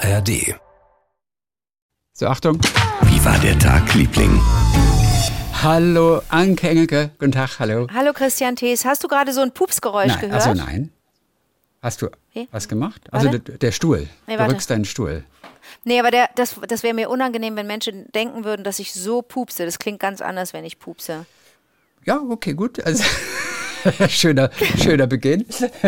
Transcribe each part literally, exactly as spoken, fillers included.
R D. So, Achtung. Wie war der Tag, Liebling? Hallo, Anke Engelke. Guten Tag, hallo. Hallo, Christian Thees. Hast du gerade so ein Pupsgeräusch Nein, gehört? also nein. Hast du Wie? was gemacht? Also Warte. der, der Stuhl. Nee, du warte. rückst deinen Stuhl. Nee, aber der, das, das wäre mir unangenehm, wenn Menschen denken würden, dass ich so pupse. Das klingt ganz anders, wenn ich pupse. Ja, okay, gut. Also, schöner, schöner Beginn.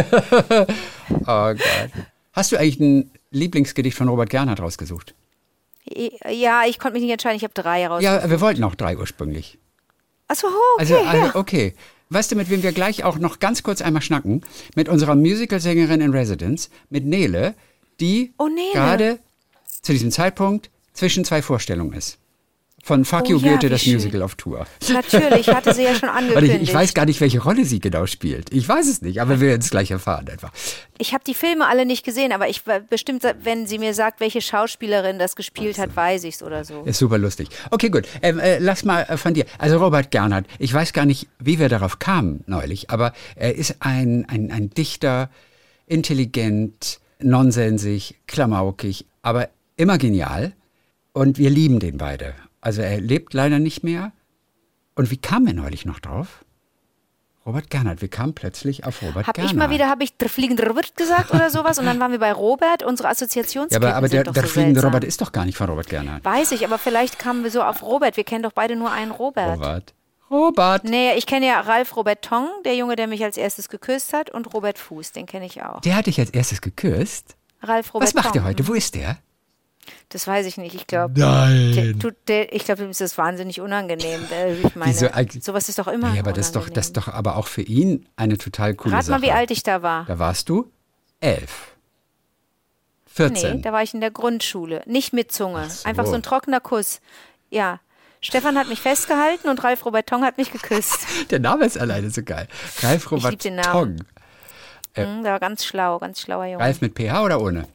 Oh Gott. Hast du eigentlich ein Lieblingsgedicht von Robert Gernhardt rausgesucht? Ja, ich konnte mich nicht entscheiden. Ich habe drei raus. Ja, wir wollten auch drei ursprünglich. Achso, okay. Also, also ja. okay. Weißt du, mit wem wir gleich auch noch ganz kurz einmal schnacken? Mit unserer Musicalsängerin in Residence, mit Nele, die Oh, Nele. gerade zu diesem Zeitpunkt zwischen zwei Vorstellungen ist. Von Fuck Oh You ja, Goethe, wie das schön. Musical auf Tour. Natürlich, hatte sie ja schon Und angekündigt. ich, ich weiß gar nicht, welche Rolle sie genau spielt. Ich weiß es nicht, aber wir werden es gleich erfahren einfach. Ich habe die Filme alle nicht gesehen, aber ich bestimmt, wenn sie mir sagt, welche Schauspielerin das gespielt hat, weiß ich es oder so. Ist super lustig. Okay, gut. Ähm, äh, lass mal äh, von dir. Also Robert Gernhardt, ich weiß gar nicht, wie wir darauf kamen neulich, aber er ist ein, ein, ein Dichter, intelligent, nonsensig, klamaukig, aber immer genial. Und wir lieben den beide. Also er lebt leider nicht mehr. Und wie kamen wir neulich noch drauf? Robert Gernhardt. Wir kamen plötzlich auf Robert Hab Gernhardt. ich mal wieder, habe ich der fliegende Robert gesagt oder sowas und dann waren wir bei Robert. Unsere Ja, Assoziationsketten aber, aber der, sind doch der so fliegende seltsam. Robert ist doch gar nicht von Robert Gernhardt. Weiß ich, aber vielleicht kamen wir so auf Robert. Wir kennen doch beide nur einen Robert. Robert. Robert. Nee, ich kenne ja Ralf Robert Tong, der Junge, der mich als erstes geküsst hat, und Robert Fuß, den kenne ich auch. Der hat dich als erstes geküsst. Ralf Robert Was macht Tong. der heute? Wo ist der? Das weiß ich nicht. Ich glaube, Nein. ich glaube, ihm ist das wahnsinnig unangenehm. Äh, Ich meine, Wieso eigentlich- sowas ist doch immer Ja, aber das ist, doch, unangenehm. das ist doch aber auch für ihn eine total coole Rat Sache. mal, wie alt ich da war. Da warst du elf. vierzehn. Nee, da war ich in der Grundschule. Nicht mit Zunge. Ach so. Einfach so ein trockener Kuss. Ja. Stefan hat mich festgehalten und Ralf Robert Tong hat mich geküsst. Der Name ist alleine so geil. Ralf Robert lieb den Namen. Tong. Hm, der war ganz schlau, ganz schlauer Junge. Ralf mit P H oder ohne?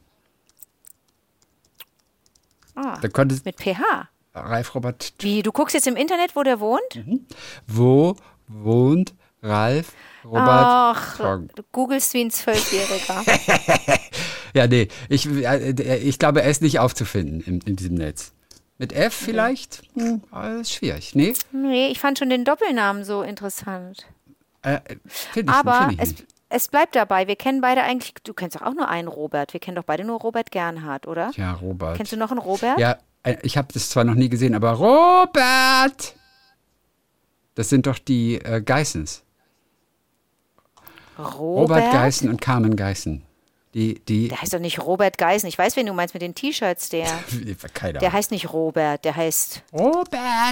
Ah, Da konntest mit P H. Ralf Robert. Wie, du guckst jetzt im Internet, wo der wohnt? Wo wohnt Ralf Robert Ach, Tong? du googelst wie ein Zwölfjähriger. Ja, nee, ich, äh, ich glaube, er ist nicht aufzufinden in, in diesem Netz. Mit F vielleicht? Hm, das ist schwierig. Nee, Nee, ich fand schon den Doppelnamen so interessant. äh, finde ich, Aber find ich es, nicht. es bleibt dabei, wir kennen beide eigentlich, du kennst doch auch nur einen Robert, wir kennen doch beide nur Robert Gernhardt, oder? Ja, Robert. Kennst du noch einen Robert? Ja, äh, ich habe das zwar noch nie gesehen, aber Robert! Das sind doch die äh, Geissens. Robert? Robert Geissen und Carmen Geissen. Die, die, Der heißt doch nicht Robert Geissen. Ich weiß, wen du meinst mit den T-Shirts, der. keine Der Ahnung. heißt nicht Robert, der heißt. Robert!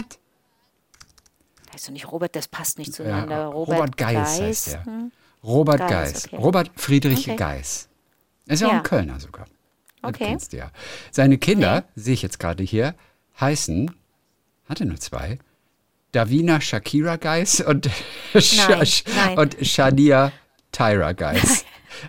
Der heißt doch nicht Robert, das passt nicht Ja, zueinander. Robert, Robert Geiss heißt Geiss. er. Hm. Robert Geiss, Geiss. okay. Robert Friedrich Okay. Geiss. Er ist ja auch Ja. ein Kölner sogar. Das Okay. kennst du ja. Seine Kinder, sehe ich jetzt gerade hier, heißen, hatte nur zwei, Davina Shakira Geiss und, Sha- Nein, nein. und Shania Tyra Geiss.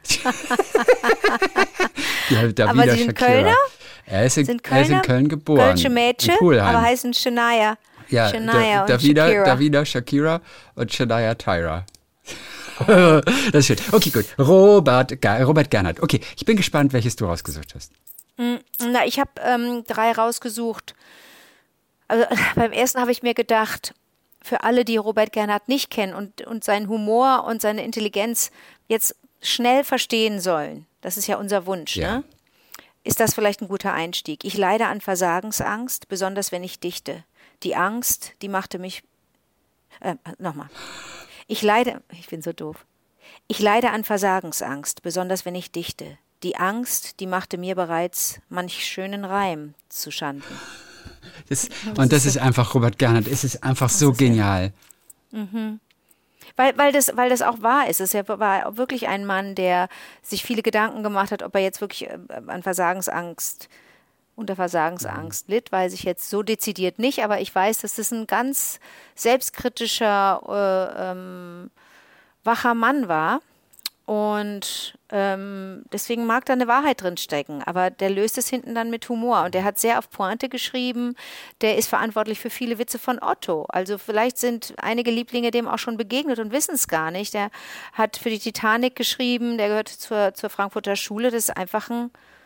Ja, Davina Aber sie sind Kölner? Er ist in, Sind er ist in Kölner? Köln geboren. Kölsche Mädchen, in Pulheim. aber heißen Shania. ja, Shania und Davina, Shakira. Davina Shakira und Shania Tyra. Das ist schön. Okay, gut. Robert, Ge- Robert Gernhardt. Okay, ich bin gespannt, welches du rausgesucht hast. Na, ich habe ähm, drei rausgesucht. Also beim ersten habe ich mir gedacht, für alle, die Robert Gernhardt nicht kennen und, und seinen Humor und seine Intelligenz jetzt schnell verstehen sollen, das ist ja unser Wunsch, Ja. ne? Ist das vielleicht ein guter Einstieg? Ich leide an Versagensangst, besonders wenn ich dichte. Die Angst, die machte mich... Äh, nochmal. Ich leide... Ich bin so doof. Ich leide an Versagensangst, besonders wenn ich dichte. Die Angst, die machte mir bereits manch schönen Reim zu Schanden. Das, und das ist einfach Robert Gernhardt. Es ist einfach so ist ja- genial. Weil, weil, das, weil das auch wahr ist. Es ist ja- war wirklich ein Mann, der sich viele Gedanken gemacht hat, ob er jetzt wirklich äh, an Versagensangst, unter Versagensangst litt, weiß ich jetzt so dezidiert nicht, aber ich weiß, dass das ein ganz selbstkritischer, äh, ähm, wacher Mann war. Und ähm, deswegen mag da eine Wahrheit drin stecken, aber der löst es hinten dann mit Humor und der hat sehr auf Pointe geschrieben, der ist verantwortlich für viele Witze von Otto, also vielleicht sind einige Lieblinge dem auch schon begegnet und wissen es gar nicht, der hat für die Titanic geschrieben, der gehört zur, zur Frankfurter Schule, das ist einfach ein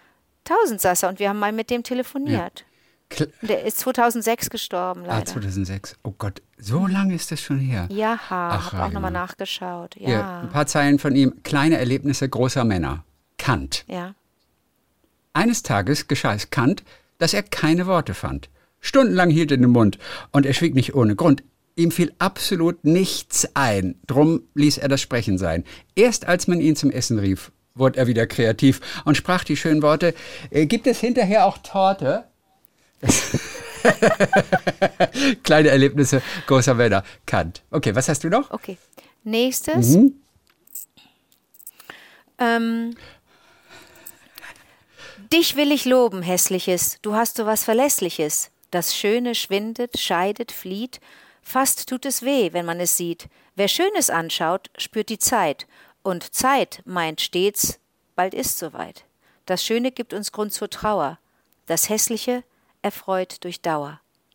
zweitausend saß er und wir haben mal mit dem telefoniert. Ja. Und der ist zweitausendsechs gestorben, leider. Ah, zweitausendsechs. Oh Gott, so lange ist das schon her. Ja, Ach, habe auch ja. nochmal nachgeschaut. Ja. Hier, ein paar Zeilen von ihm. Kleine Erlebnisse großer Männer. Kant. Ja. Eines Tages geschah es Kant, dass er keine Worte fand. Stundenlang hielt er den Mund und er schwieg nicht ohne Grund. Ihm fiel absolut nichts ein. Drum ließ er das Sprechen sein. Erst als man ihn zum Essen rief, wurde er wieder kreativ und sprach die schönen Worte, äh, gibt es hinterher auch Torte? Kleine Erlebnisse großer Männer. Kant. Okay, was hast du noch? Okay. Nächstes. Mhm. Ähm, dich will ich loben, Hässliches. Du hast so was Verlässliches. Das Schöne schwindet, scheidet, flieht. Fast tut es weh, wenn man es sieht. Wer Schönes anschaut, spürt die Zeit. Und Zeit meint stets, bald ist soweit. Das Schöne gibt uns Grund zur Trauer. Das Hässliche erfreut durch Dauer.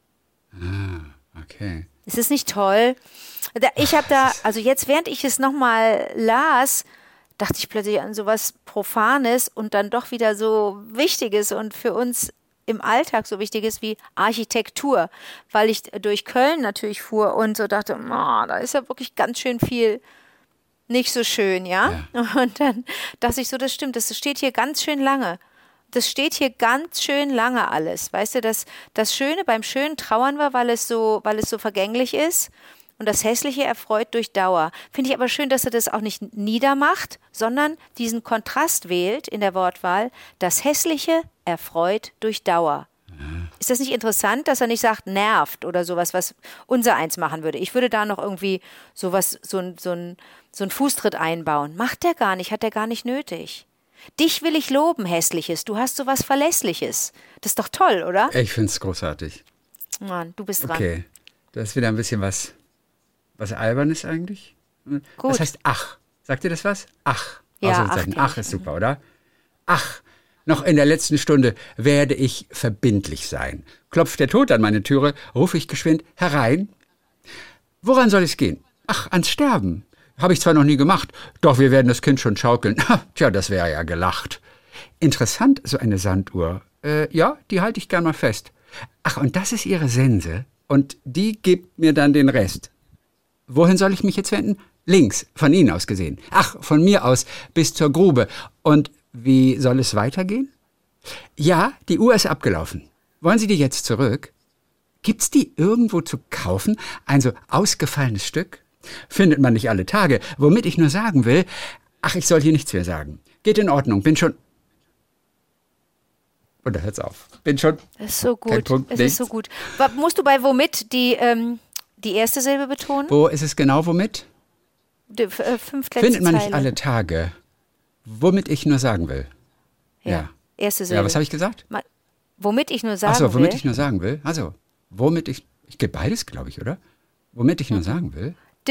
Ah, okay. Ist es nicht toll? Ich habe da, also jetzt, während ich es nochmal las, dachte ich plötzlich an sowas Profanes und dann doch wieder so Wichtiges und für uns im Alltag so Wichtiges wie Architektur, weil ich durch Köln natürlich fuhr und so dachte, oh, da ist ja wirklich ganz schön viel nicht so schön, ja? ja? Und dann dachte ich so, das stimmt, das steht hier ganz schön lange. Das steht hier ganz schön lange alles. Weißt du, das, das Schöne beim Schönen trauern wir, weil es so, weil es so vergänglich ist. Und das Hässliche erfreut durch Dauer. Finde ich aber schön, dass er das auch nicht niedermacht, sondern diesen Kontrast wählt in der Wortwahl. Das Hässliche erfreut durch Dauer. Mhm. Ist das nicht interessant, dass er nicht sagt, nervt oder sowas, was unser eins machen würde? Ich würde da noch irgendwie sowas, so ein, so ein, so ein Fußtritt einbauen. Macht der gar nicht, hat der gar nicht nötig. Dich will ich loben, Hässliches. Du hast sowas Verlässliches. Das ist doch toll, oder? Ich finde es großartig. Mann, du bist dran. Okay, das ist wieder ein bisschen was... Was Albernes eigentlich? Gut. Das heißt ach. Sagt ihr das was? Ach. Ja, ach, ach ist super, oder? Ach, noch in der letzten Stunde werde ich verbindlich sein. Klopft der Tod an meine Türe, rufe ich geschwind herein. Woran soll es gehen? Ach, ans Sterben. Habe ich zwar noch nie gemacht, doch wir werden das Kind schon schaukeln. Tja, das wäre ja gelacht. Interessant, so eine Sanduhr. Äh, ja, die halte ich gern mal fest. Ach, und das ist Ihre Sense? Und die gibt mir dann den Rest. Wohin soll ich mich jetzt wenden? Links, von Ihnen aus gesehen. Ach, von mir aus bis zur Grube. Und wie soll es weitergehen? Ja, die Uhr ist abgelaufen. Wollen Sie die jetzt zurück? Gibt's die irgendwo zu kaufen? Ein so ausgefallenes Stück? Findet man nicht alle Tage. Womit ich nur sagen will, ach, ich soll hier nichts mehr sagen. Geht in Ordnung, bin schon... Und da hört's auf. Bin schon... Das ist so gut, Kein Punkt, es nichts. ist so gut. Musst du bei womit die... Ähm Die erste Silbe betonen? Wo ist es genau, womit? Die, äh, fünf letzte Findet man Zeile. nicht alle Tage. Womit ich nur sagen will. Ja, Ja. erste Silbe. Ja, was habe ich gesagt? Ma- womit ich nur sagen Achso, womit will. ich nur sagen will. Also, womit ich... Ich gebe beides, glaube ich, oder? Womit ich nur sagen will.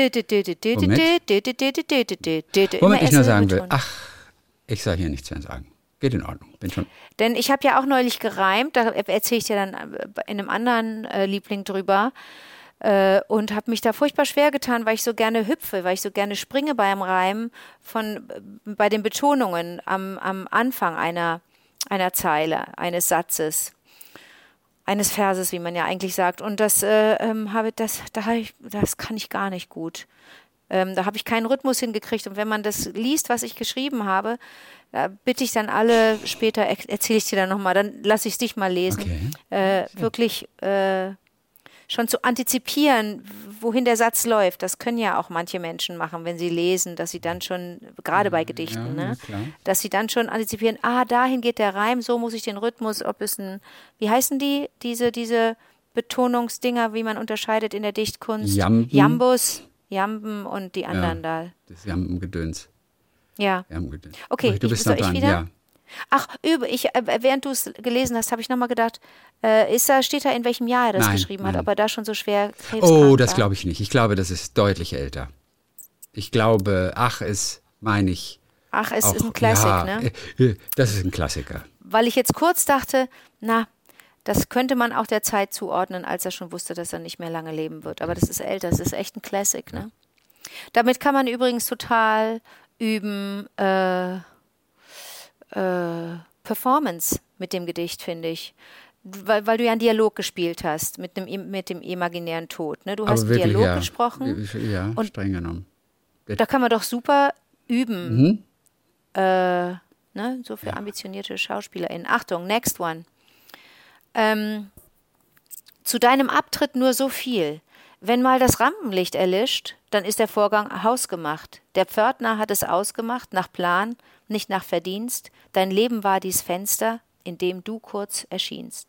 Womit? Womit ich nur sagen will. Ach, ich soll hier nichts mehr sagen. Geht in Ordnung. Bin schon... Denn ich habe ja auch neulich gereimt, da erzähle ich dir dann in einem anderen äh, Liebling drüber. Äh, und habe mich da furchtbar schwer getan, weil ich so gerne hüpfe, weil ich so gerne springe beim Reimen von, bei den Betonungen am, am Anfang einer, einer Zeile, eines Satzes, eines Verses, wie man ja eigentlich sagt. Und das, äh, ähm, habe, das, da hab ich, das kann ich gar nicht gut. Ähm, da habe ich keinen Rhythmus hingekriegt. Und wenn man das liest, was ich geschrieben habe, da bitte ich dann alle, später er- erzähle ich dir dann nochmal, dann lasse ich es dich mal lesen. Okay. Äh, wirklich... Äh, schon zu antizipieren, wohin der Satz läuft. Das können ja auch manche Menschen machen, wenn sie lesen, dass sie dann schon, gerade bei Gedichten, Ja, ne, klar. dass sie dann schon antizipieren, ah, dahin geht der Reim, so muss ich den Rhythmus, ob es ein, wie heißen die, diese, diese Betonungsdinger, wie man unterscheidet in der Dichtkunst? Jamben. Jambus, Jamben und die anderen da. Das Jammengedöns. Ja. Jammengedöns. Okay, du ich- bist soll noch ich dran, wieder? ja. Ach, übe, ich, äh, während du es gelesen hast, habe ich nochmal gedacht, äh, ist da, steht da, in welchem Jahr er das Nein, geschrieben hat, nein. ob er da schon so schwer krebskrank Oh, das war. glaube ich nicht. Ich glaube, das ist deutlich älter. Ich glaube, ach, ist, meine ich. Ach, es auch, ist ein Classic, ja, ne? äh, Das ist ein Klassiker. Weil ich jetzt kurz dachte, na, das könnte man auch der Zeit zuordnen, als er schon wusste, dass er nicht mehr lange leben wird. Aber das ist älter, das ist echt ein Classic, ne? Damit kann man übrigens total üben, äh, äh, Performance mit dem Gedicht, finde ich. Weil, weil du ja einen Dialog gespielt hast mit dem, mit dem imaginären Tod. Ne? Du hast Aber einen wirklich, Dialog ja. gesprochen. Ja, und streng genommen. Da kann man doch super üben. Mhm. Äh, ne? So für ja. ambitionierte SchauspielerInnen. Achtung, next one. Ähm, zu deinem Abtritt nur so viel. Wenn mal das Rampenlicht erlischt, dann ist der Vorgang hausgemacht. Der Pförtner hat es ausgemacht, nach Plan, nicht nach Verdienst. Dein Leben war dies Fenster, in dem du kurz erschienst.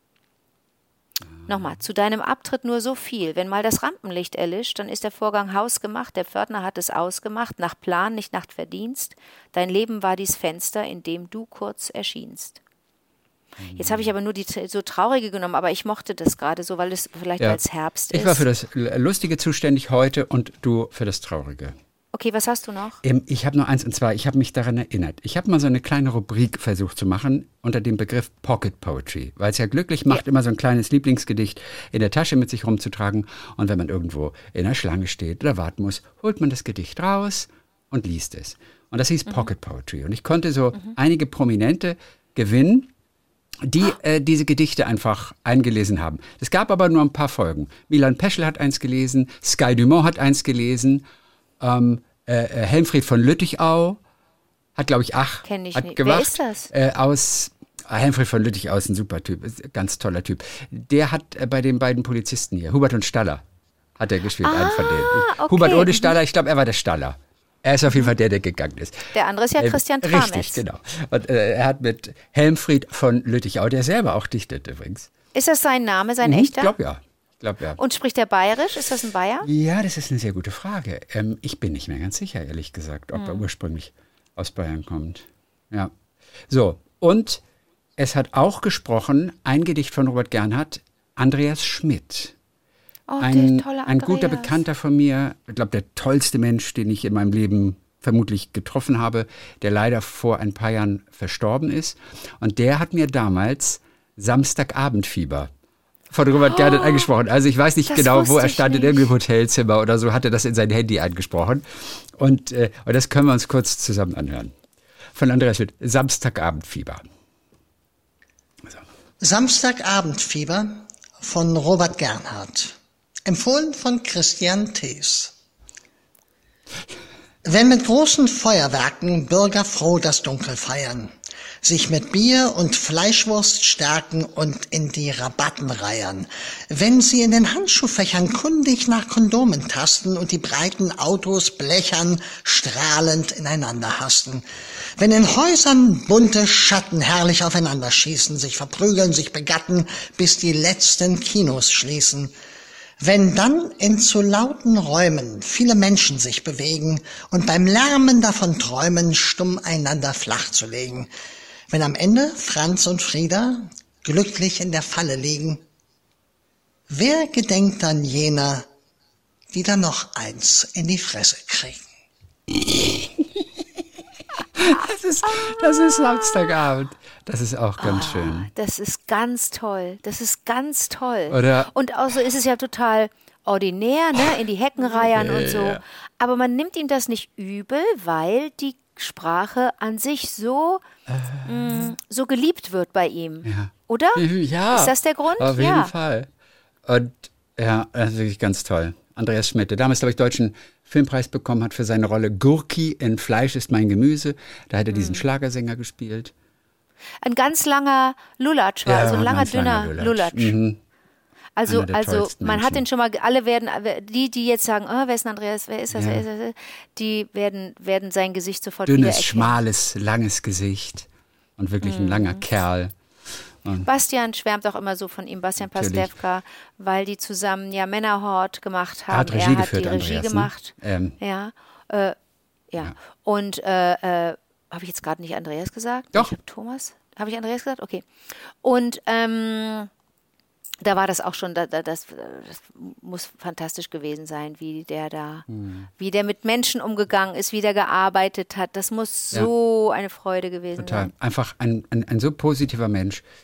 Nochmal, zu deinem Abtritt nur so viel. Wenn mal das Rampenlicht erlischt, dann ist der Vorgang hausgemacht. Der Pförtner hat es ausgemacht, nach Plan, nicht nach Verdienst. Dein Leben war dies Fenster, in dem du kurz erschienst. Jetzt habe ich aber nur die so traurige genommen, aber ich mochte das gerade so, weil es vielleicht ja. als Herbst ist. Ich war für das Lustige zuständig heute und du für das Traurige. Okay, was hast du noch? Ich habe nur eins, und zwar, ich habe mich daran erinnert. Ich habe mal so eine kleine Rubrik versucht zu machen unter dem Begriff Pocket Poetry, weil es ja glücklich macht, ja. immer so ein kleines Lieblingsgedicht in der Tasche mit sich rumzutragen. Und wenn man irgendwo in der Schlange steht oder warten muss, holt man das Gedicht raus und liest es. Und das hieß mhm. Pocket Poetry. Und ich konnte so mhm. einige Prominente gewinnen, die äh, diese Gedichte einfach eingelesen haben. Es gab aber nur ein paar Folgen. Milan Peschel hat eins gelesen, Sky Dumont hat eins gelesen, ähm, äh, Helmfried von Lüttichau hat, glaube ich, ach, Kenn ich hat nicht. gemacht. Wer ist das? Äh, aus äh, Helmfried von Lüttichau ist ein super Typ, ist ein ganz toller Typ. Der hat äh, bei den beiden Polizisten hier, Hubert und Staller, hat er gespielt, ah, einen von denen. Ich, okay. Hubert ohne Staller, ich glaube, er war der Staller. Er ist auf jeden Fall der, der gegangen ist. Der andere ist ja Christian äh, Trametz. Richtig, genau. Und äh, er hat mit Helmfried von Lüttichau, der selber auch dichtet übrigens. Ist das sein Name, sein mhm, echter? Ich glaube ja. Ich glaub, ja. Und spricht er bayerisch? Ist das ein Bayer? Ja, das ist eine sehr gute Frage. Ähm, ich bin nicht mehr ganz sicher, ehrlich gesagt, ob mhm. er ursprünglich aus Bayern kommt. Ja. So, und es hat auch gesprochen, ein Gedicht von Robert Gernhardt, Andreas Schmidt. Oh, ein, der tolle ein guter Andreas. Bekannter von mir, ich glaube, der tollste Mensch, den ich in meinem Leben vermutlich getroffen habe, der leider vor ein paar Jahren verstorben ist. Und der hat mir damals Samstagabendfieber von Robert oh, Gernhardt eingesprochen. Also ich weiß nicht genau, wo er stand, in irgendeinem Hotelzimmer oder so, hat er das in sein Handy eingesprochen. Und, äh, und das können wir uns kurz zusammen anhören. Von Andreas Schmidt, Samstagabendfieber. So. Samstagabendfieber von Robert Gernhardt. Empfohlen von Christian Thees. Wenn mit großen Feuerwerken Bürger froh das Dunkel feiern, sich mit Bier und Fleischwurst stärken und in die Rabatten reiern, wenn sie in den Handschuhfächern kundig nach Kondomen tasten und die breiten Autos blechern, strahlend ineinander hasten, wenn in Häusern bunte Schatten herrlich aufeinander schießen, sich verprügeln, sich begatten, bis die letzten Kinos schließen, wenn dann in zu lauten Räumen viele Menschen sich bewegen und beim Lärmen davon träumen, stumm einander flach zu legen, wenn am Ende Franz und Frieda glücklich in der Falle liegen, wer gedenkt dann jener, die dann noch eins in die Fresse kriegen? Das ist, das ist Samstagabend. Das ist auch ganz oh, schön. Das ist ganz toll. Das ist ganz toll. Oder und auch so ist es ja total ordinär, ne, in die Hecken reiern und so. Ja. Aber man nimmt ihm das nicht übel, weil die Sprache an sich so, äh. mh, so geliebt wird bei ihm. Ja. Oder? Ja. Ist das der Grund? Auf ja. jeden Fall. Und ja, das ist wirklich ganz toll. Andreas Schmidt, der damals, glaube ich, deutschen Filmpreis bekommen hat für seine Rolle Gurki in Fleisch ist mein Gemüse. Da hat er diesen hm. Schlagersänger gespielt. Ein ganz langer Lulatsch war, ja, also ein langer, dünner langer Lulatsch. Lulatsch. Mhm. Also, also man Menschen. Hat den schon mal, alle werden, die, die jetzt sagen, oh, wer ist denn Andreas, wer ist das, ja. wer ist das, die werden, werden sein Gesicht sofort Dünnes, wiedererkennen. schmales, langes Gesicht und wirklich mhm. ein langer Kerl. Und Bastian schwärmt auch immer so von ihm, Bastian Pastewka, weil die zusammen ja Männerhort gemacht haben. Er hat Regie er hat geführt, die Regie Andreas, gemacht. Ne? Ähm. Ja, äh, ja, ja. Und äh, äh, habe ich jetzt gerade nicht Andreas gesagt? Doch. Ich habe Thomas. Habe ich Andreas gesagt? Okay. Und ähm, da war das auch schon, da, da, das, das muss fantastisch gewesen sein, wie der da, hm. wie der mit Menschen umgegangen ist, wie der gearbeitet hat. Das muss so ja. eine Freude gewesen Total. sein. Einfach ein, ein, ein so positiver Mensch.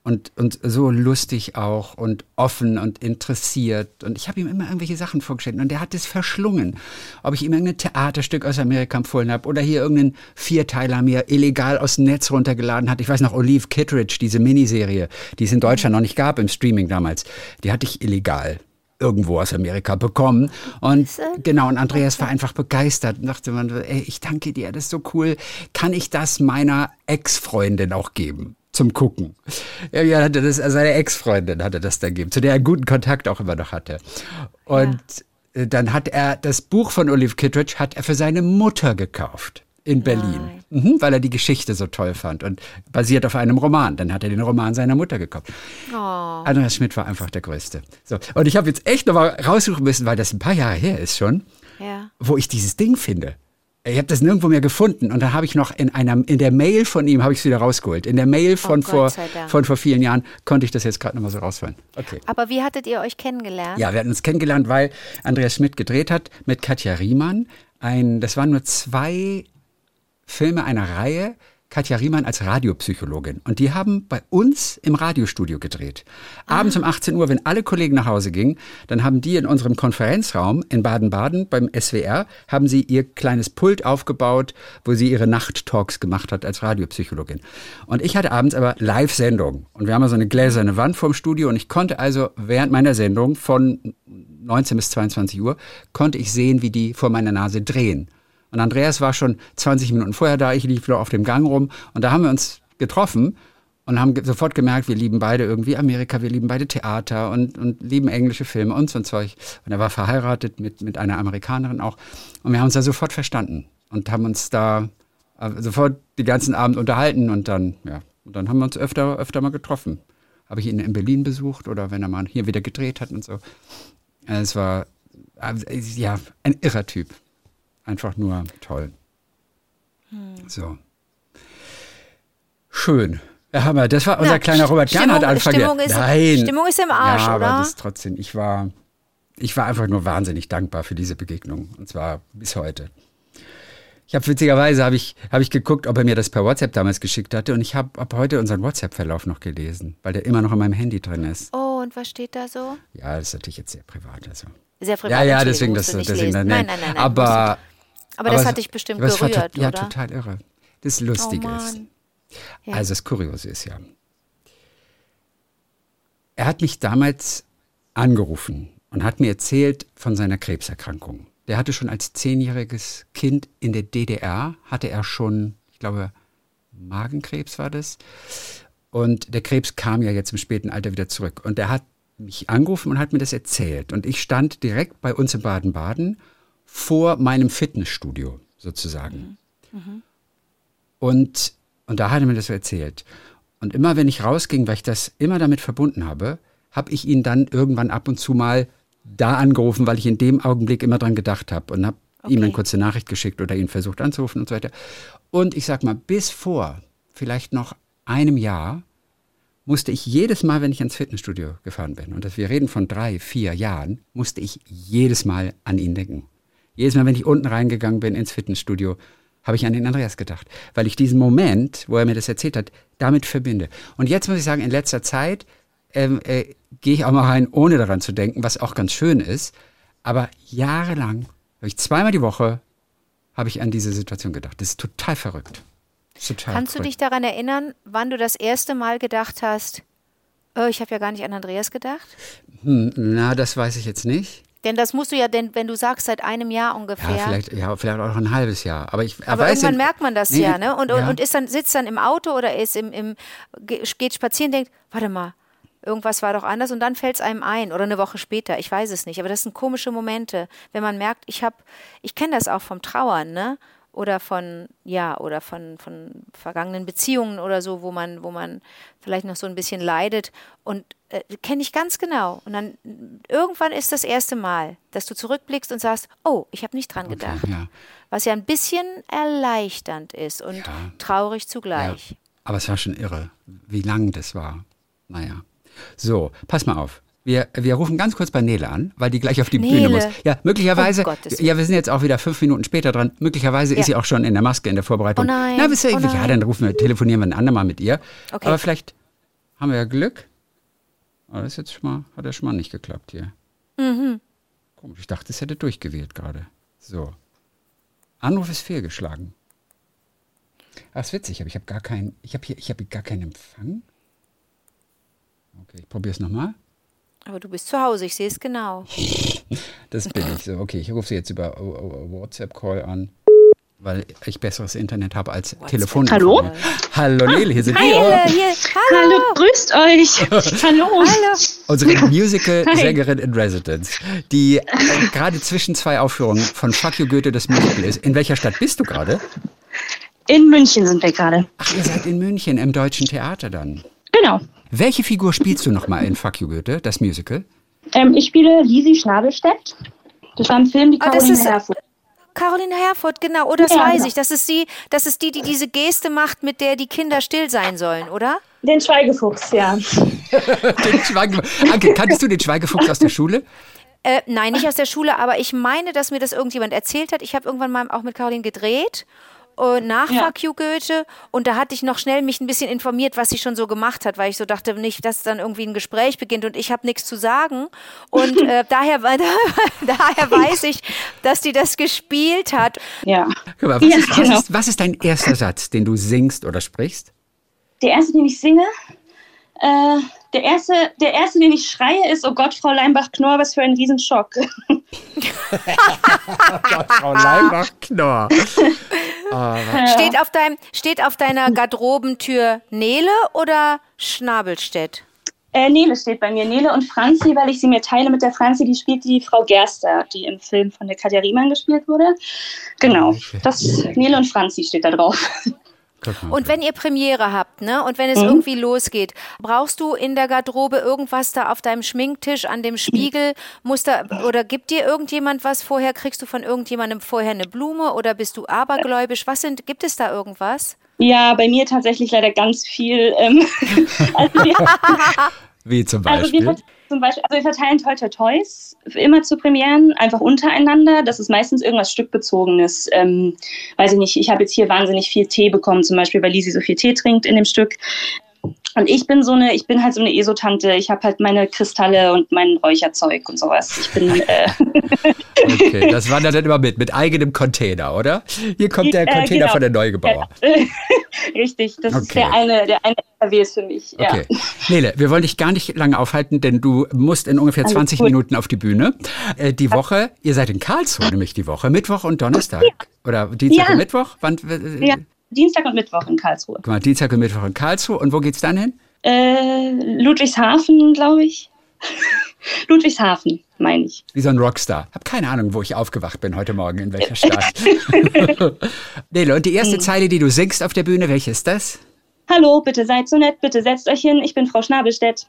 Und, und so lustig auch und offen und interessiert. Und ich habe ihm immer irgendwelche Sachen vorgestellt und der hat es verschlungen. Ob ich ihm irgendein Theaterstück aus Amerika empfohlen habe oder hier irgendeinen Vierteiler mir illegal aus dem Netz runtergeladen hat. Ich weiß noch, Olive Kittredge, diese Miniserie, die es in Deutschland noch nicht gab im Streaming damals, die hatte ich illegal irgendwo aus Amerika bekommen. Und genau, und Andreas war einfach begeistert und dachte man, ey, ich danke dir, das ist so cool. Kann ich das meiner Ex-Freundin auch geben? Zum Gucken. Ja, ja, hatte das, also seine Ex-Freundin hatte das da gegeben, zu der er guten Kontakt auch immer noch hatte. Und ja. dann hat er das Buch von Olive Kittredge hat er für seine Mutter gekauft in Berlin, mhm, weil er die Geschichte so toll fand und basiert auf einem Roman. Dann hat er den Roman seiner Mutter gekauft. Oh. Andreas Schmidt war einfach der Größte. So, und ich habe jetzt echt noch mal raussuchen müssen, weil das ein paar Jahre her ist schon, ja. wo ich dieses Ding finde. Ich habe das nirgendwo mehr gefunden und dann habe ich noch in einer in der Mail von ihm habe ich es wieder rausgeholt. In der Mail von oh, vor von vor vielen Jahren konnte ich das jetzt gerade noch mal so rausholen. Okay. Aber wie hattet ihr euch kennengelernt? Ja, wir hatten uns kennengelernt, weil Andreas Schmidt gedreht hat mit Katja Riemann. Ein, das waren nur zwei Filme einer Reihe. Katja Riemann als Radiopsychologin. Und die haben bei uns im Radiostudio gedreht. Abends ah. um achtzehn Uhr, wenn alle Kollegen nach Hause gingen, dann haben die in unserem Konferenzraum in Baden-Baden beim S W R, haben sie ihr kleines Pult aufgebaut, wo sie ihre Nachttalks gemacht hat als Radiopsychologin. Und ich hatte abends aber Live-Sendung. Und wir haben so eine gläserne Wand vorm Studio und ich konnte also während meiner Sendung von neunzehn bis zweiundzwanzig Uhr, konnte ich sehen, wie die vor meiner Nase drehen. Und Andreas war schon zwanzig Minuten vorher da, ich lief wieder auf dem Gang rum und da haben wir uns getroffen und haben ge- sofort gemerkt, wir lieben beide irgendwie Amerika, wir lieben beide Theater und, und lieben englische Filme und so ein Zeug. Und er war verheiratet mit, mit einer Amerikanerin auch und wir haben uns da sofort verstanden und haben uns da äh, sofort den ganzen Abend unterhalten und dann, ja, und dann haben wir uns öfter, öfter mal getroffen. Habe ich ihn in Berlin besucht oder wenn er mal hier wieder gedreht hat und so. Es war, äh, ja, ein irrer Typ. Einfach nur toll. Hm. So. Schön. Ja, Hammer. Das war unser Na, kleiner Robert Gernhardt-Anfang. Stimmung, Nein. Stimmung ist im Arsch, ja, oder? Aber das trotzdem, ich war, ich war einfach nur wahnsinnig dankbar für diese Begegnung. Und zwar bis heute. Ich habe witzigerweise, habe ich, hab ich geguckt, ob er mir das per WhatsApp damals geschickt hatte. Und ich habe ab heute unseren WhatsApp-Verlauf noch gelesen, weil der immer noch in meinem Handy drin ist. Oh, und was steht da so? Ja, das ist natürlich jetzt sehr privat. Also. Sehr privat. Ja, ja, deswegen das. Deswegen dann, nein, nein, nein, nein. Aber... Aber das aber hat dich bestimmt berührt, war to- ja, oder? Ja, total irre. Das Lustige oh, ist, ja. also das Kuriose ist ja, er hat mich damals angerufen und hat mir erzählt von seiner Krebserkrankung. Der hatte schon als zehnjähriges Kind in der D D R, hatte er schon, ich glaube, Magenkrebs war das. Und der Krebs kam ja jetzt im späten Alter wieder zurück. Und er hat mich angerufen und hat mir das erzählt. Und ich stand direkt bei uns in Baden-Baden vor meinem Fitnessstudio sozusagen. Mhm. Mhm. Und, und da hat er mir das so erzählt. Und immer wenn ich rausging, weil ich das immer damit verbunden habe, habe ich ihn dann irgendwann ab und zu mal da angerufen, weil ich in dem Augenblick immer dran gedacht habe und habe okay. ihm dann kurze Nachricht geschickt oder ihn versucht anzurufen und so weiter. Und ich sag mal, bis vor vielleicht noch einem Jahr musste ich jedes Mal, wenn ich ins Fitnessstudio gefahren bin, und das, wir reden von drei, vier Jahren, musste ich jedes Mal an ihn denken. Jedes Mal, wenn ich unten reingegangen bin ins Fitnessstudio, habe ich an den Andreas gedacht. Weil ich diesen Moment, wo er mir das erzählt hat, damit verbinde. Und jetzt muss ich sagen, in letzter Zeit ähm, äh, gehe ich auch mal rein, ohne daran zu denken, was auch ganz schön ist. Aber jahrelang, habe ich zweimal die Woche, habe ich an diese Situation gedacht. Das ist total verrückt. Das ist total Kannst verrückt. du dich daran erinnern, wann du das erste Mal gedacht hast, oh, ich habe ja gar nicht an Andreas gedacht? Hm, na, das weiß ich jetzt nicht. Denn das musst du ja, denn wenn du sagst, seit einem Jahr ungefähr. Ja, vielleicht, ja, vielleicht auch ein halbes Jahr. Aber, ich, aber weiß irgendwann ja, merkt man das nee, ja, ne? Und, ja. und ist dann, sitzt dann im Auto oder ist im, im, geht spazieren, denkt, warte mal, irgendwas war doch anders und dann fällt es einem ein oder eine Woche später, ich weiß es nicht. Aber das sind komische Momente, wenn man merkt, ich habe, ich kenne das auch vom Trauern, ne? Oder von, ja, oder von, von vergangenen Beziehungen oder so, wo man, wo man vielleicht noch so ein bisschen leidet. Und äh, kenne ich ganz genau. Und dann irgendwann ist das erste Mal, dass du zurückblickst und sagst, oh, ich habe nicht dran okay, gedacht. Ja. Was ja ein bisschen erleichternd ist und ja. traurig zugleich. Ja. Aber es war schon irre, wie lang das war. Naja. So, pass mal auf. Wir, wir rufen ganz kurz bei Nele an, weil die gleich auf die Nele. Bühne muss. Ja, möglicherweise, oh ja, wir sind jetzt auch wieder fünf Minuten später dran. Möglicherweise ja. ist sie auch schon in der Maske in der Vorbereitung. Oh nein. Na, wisst ihr, oh nein. ja, dann rufen wir, telefonieren wir ein andermal mit ihr. Okay. Aber vielleicht haben wir ja Glück. Aber das ist jetzt schon mal, hat ja schon mal nicht geklappt hier. Mhm. Komisch, ich dachte, es hätte durchgewählt gerade. So. Anruf ist fehlgeschlagen. Ach, ist witzig, aber ich habe gar keinen, ich habe hier, ich habe gar keinen Empfang. Okay, ich probiere es nochmal. Aber du bist zu Hause, ich sehe es genau. Das bin ich so. Okay, ich rufe sie jetzt über WhatsApp-Call an, weil ich besseres Internet habe als Telefon. Hallo? Hallo Nele, hier sind Hi, wir. Nele, hier. Hallo. Hallo, grüßt euch. Hallo. Hallo. Unsere Musical-Sängerin in Residence, die äh, gerade zwischen zwei Aufführungen von Fuck You Goethe das Musical ist. In welcher Stadt bist du gerade? In München sind wir gerade. Ach, ihr seid in München im Deutschen Theater dann. Genau. Welche Figur spielst du nochmal in Fuck You Goethe, das Musical? Ähm, ich spiele Lisi Schnabelstedt. Das war im Film die Ah, das Caroline ist- Herfurth. Caroline Herfurth, genau. Oh, das Ja, weiß genau. ich. Das ist, die, das ist die, die diese Geste macht, mit der die Kinder still sein sollen, oder? Den Schweigefuchs, ja. Den Schweige- Anke, kanntest du den Schweigefuchs aus der Schule? Äh, nein, nicht aus der Schule, aber ich meine, dass mir das irgendjemand erzählt hat. Ich habe irgendwann mal auch mit Caroline gedreht. äh, Nach Ja. Fuck You Goethe, und da hatte ich noch schnell mich ein bisschen informiert, was sie schon so gemacht hat, weil ich so dachte, nicht, dass dann irgendwie ein Gespräch beginnt und ich habe nichts zu sagen, und äh, daher, daher weiß ich, dass die das gespielt hat. Ja. Guck mal, was, Ja, ist, was, genau. ist, was ist dein erster Satz, den du singst oder sprichst? Der erste, den ich singe, äh, der erste, der erste, den ich schreie, ist: Oh Gott, Frau Leimbach-Knorr, was für ein Riesenschock. Frau Leimbach-Knorr. Steht auf, deinem, steht auf deiner Garderobentür Nele oder Schnabelstedt? Äh, Nele steht bei mir. Nele und Franzi, weil ich sie mir teile mit der Franzi, die spielt die Frau Gerster, die im Film von der Katja Riemann gespielt wurde. Genau. Okay. Das Nele und Franzi steht da drauf. Guck mal. Und wenn ihr Premiere habt, ne, und wenn es Mhm. irgendwie losgeht, brauchst du in der Garderobe irgendwas da auf deinem Schminktisch, an dem Spiegel? Muss da, oder gibt dir irgendjemand was vorher? Kriegst du von irgendjemandem vorher eine Blume oder bist du abergläubisch? Was sind, gibt es da irgendwas? Ja, bei mir tatsächlich leider ganz viel. Ähm, also, wir, Wie zum also, wir, Beispiel? vert- zum Beispiel also wir verteilen Toy Toy Toys immer zu Premieren, einfach untereinander. Das ist meistens irgendwas Stückbezogenes. Ähm, weiß ich nicht, ich habe jetzt hier wahnsinnig viel Tee bekommen, zum Beispiel, weil Lisi so viel Tee trinkt in dem Stück. Und ich bin so eine, ich bin halt so eine ESO-Tante. Ich habe halt meine Kristalle und mein Räucherzeug und sowas. Ich bin äh, Okay, das wandert dann immer mit, mit eigenem Container, oder? Hier kommt der Äh, Container genau. von der Neugebauer. richtig. Das ist Okay. der eine, der eine L K W ist für mich. Ja. Okay. Nele, wir wollen dich gar nicht lange aufhalten, denn du musst in ungefähr Alles zwanzig gut. Minuten auf die Bühne. Äh, die Woche, ihr seid in Karlsruhe, nämlich die Woche, Mittwoch und Donnerstag. Oder Dienstag Ja. und Mittwoch? Wann, äh, Ja, Dienstag und Mittwoch in Karlsruhe. Guck mal, Dienstag und Mittwoch in Karlsruhe. Und wo geht's dann hin? Äh, Ludwigshafen, glaube ich. Ludwigshafen, meine ich. Wie so ein Rockstar. Hab keine Ahnung, wo ich aufgewacht bin heute Morgen, in welcher Stadt. Nele, und die erste Zeile, die du singst auf der Bühne, welche ist das? Hallo, bitte seid so nett, bitte setzt euch hin, ich bin Frau Schnabelstedt.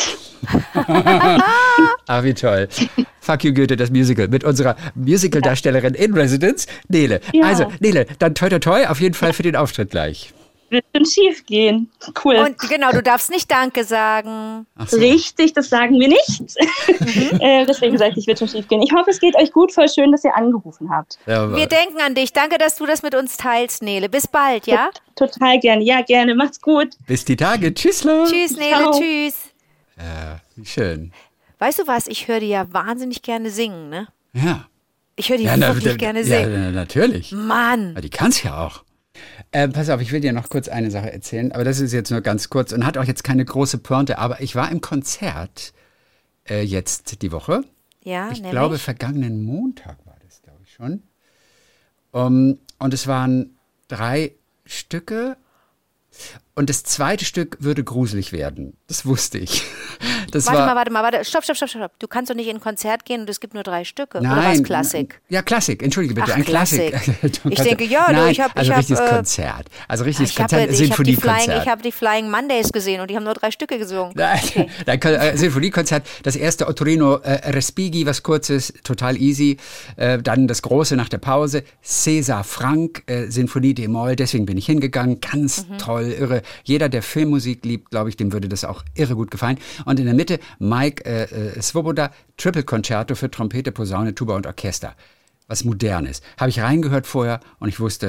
Ah, wie toll. Fuck You Goethe, das Musical, mit unserer Musicaldarstellerin in Residence, Nele. Ja. Also, Nele, dann toi toi toi, auf jeden Fall für den Auftritt gleich. Wird schon schief gehen. Cool. Und genau, du darfst nicht Danke sagen. Ach so. Richtig, das sagen wir nicht. äh, deswegen sage ich, es wird schon schief gehen. Ich hoffe, es geht euch gut. Voll schön, dass ihr angerufen habt. Ja, aber- Wir denken an dich. Danke, dass du das mit uns teilst, Nele. Bis bald, ja? Total gerne. Ja, gerne. Macht's gut. Bis die Tage. Tschüssler. Tschüss, Nele, Ciao. tschüss. Ja, wie schön. Weißt du was? Ich höre dir ja wahnsinnig gerne singen, ne? Ja. Ich höre dir Ja, na, wirklich na, gerne ja, singen. na, natürlich. Mann. Ja, die kann's ja auch. Äh, pass auf, ich will dir noch kurz eine Sache erzählen, aber das ist jetzt nur ganz kurz und hat auch jetzt keine große Pointe, aber ich war im Konzert äh, jetzt die Woche. Ja, Ich nämlich? glaube, vergangenen Montag war das, glaube ich schon. Um, und es waren drei Stücke. Und das zweite Stück würde gruselig werden. Das wusste ich. Das Warte war, mal, warte mal, warte. Stopp, stopp, stopp, stopp. Du kannst doch nicht in ein Konzert gehen und es gibt nur drei Stücke. Nein. Oder was Klassik? Ja, Klassik. Entschuldige bitte. Ach, ein Klassik. Klassik. Du Ich kannst- denke, ja, du, Nein, ich hab- also ich hab, richtiges äh, Konzert. Also richtiges Ich habe Konzert, ich hab die, Flying- Sinfoniekonzert. ich hab die Flying Mondays gesehen und die haben nur drei Stücke gesungen. Nein, Nein, äh, Sinfoniekonzert, das erste Ottorino äh, Respighi, was kurzes, total easy. Äh, dann das große nach der Pause, César Franck, äh, Sinfonie d-Moll, deswegen bin ich hingegangen, ganz Mhm. toll, irre. Jeder, der Filmmusik liebt, glaube ich, dem würde das auch irre gut gefallen. Und in der Mitte Mike äh, äh, Svoboda, Triple Concerto für Trompete, Posaune, Tuba und Orchester. Was modern ist. Habe ich reingehört vorher und ich wusste,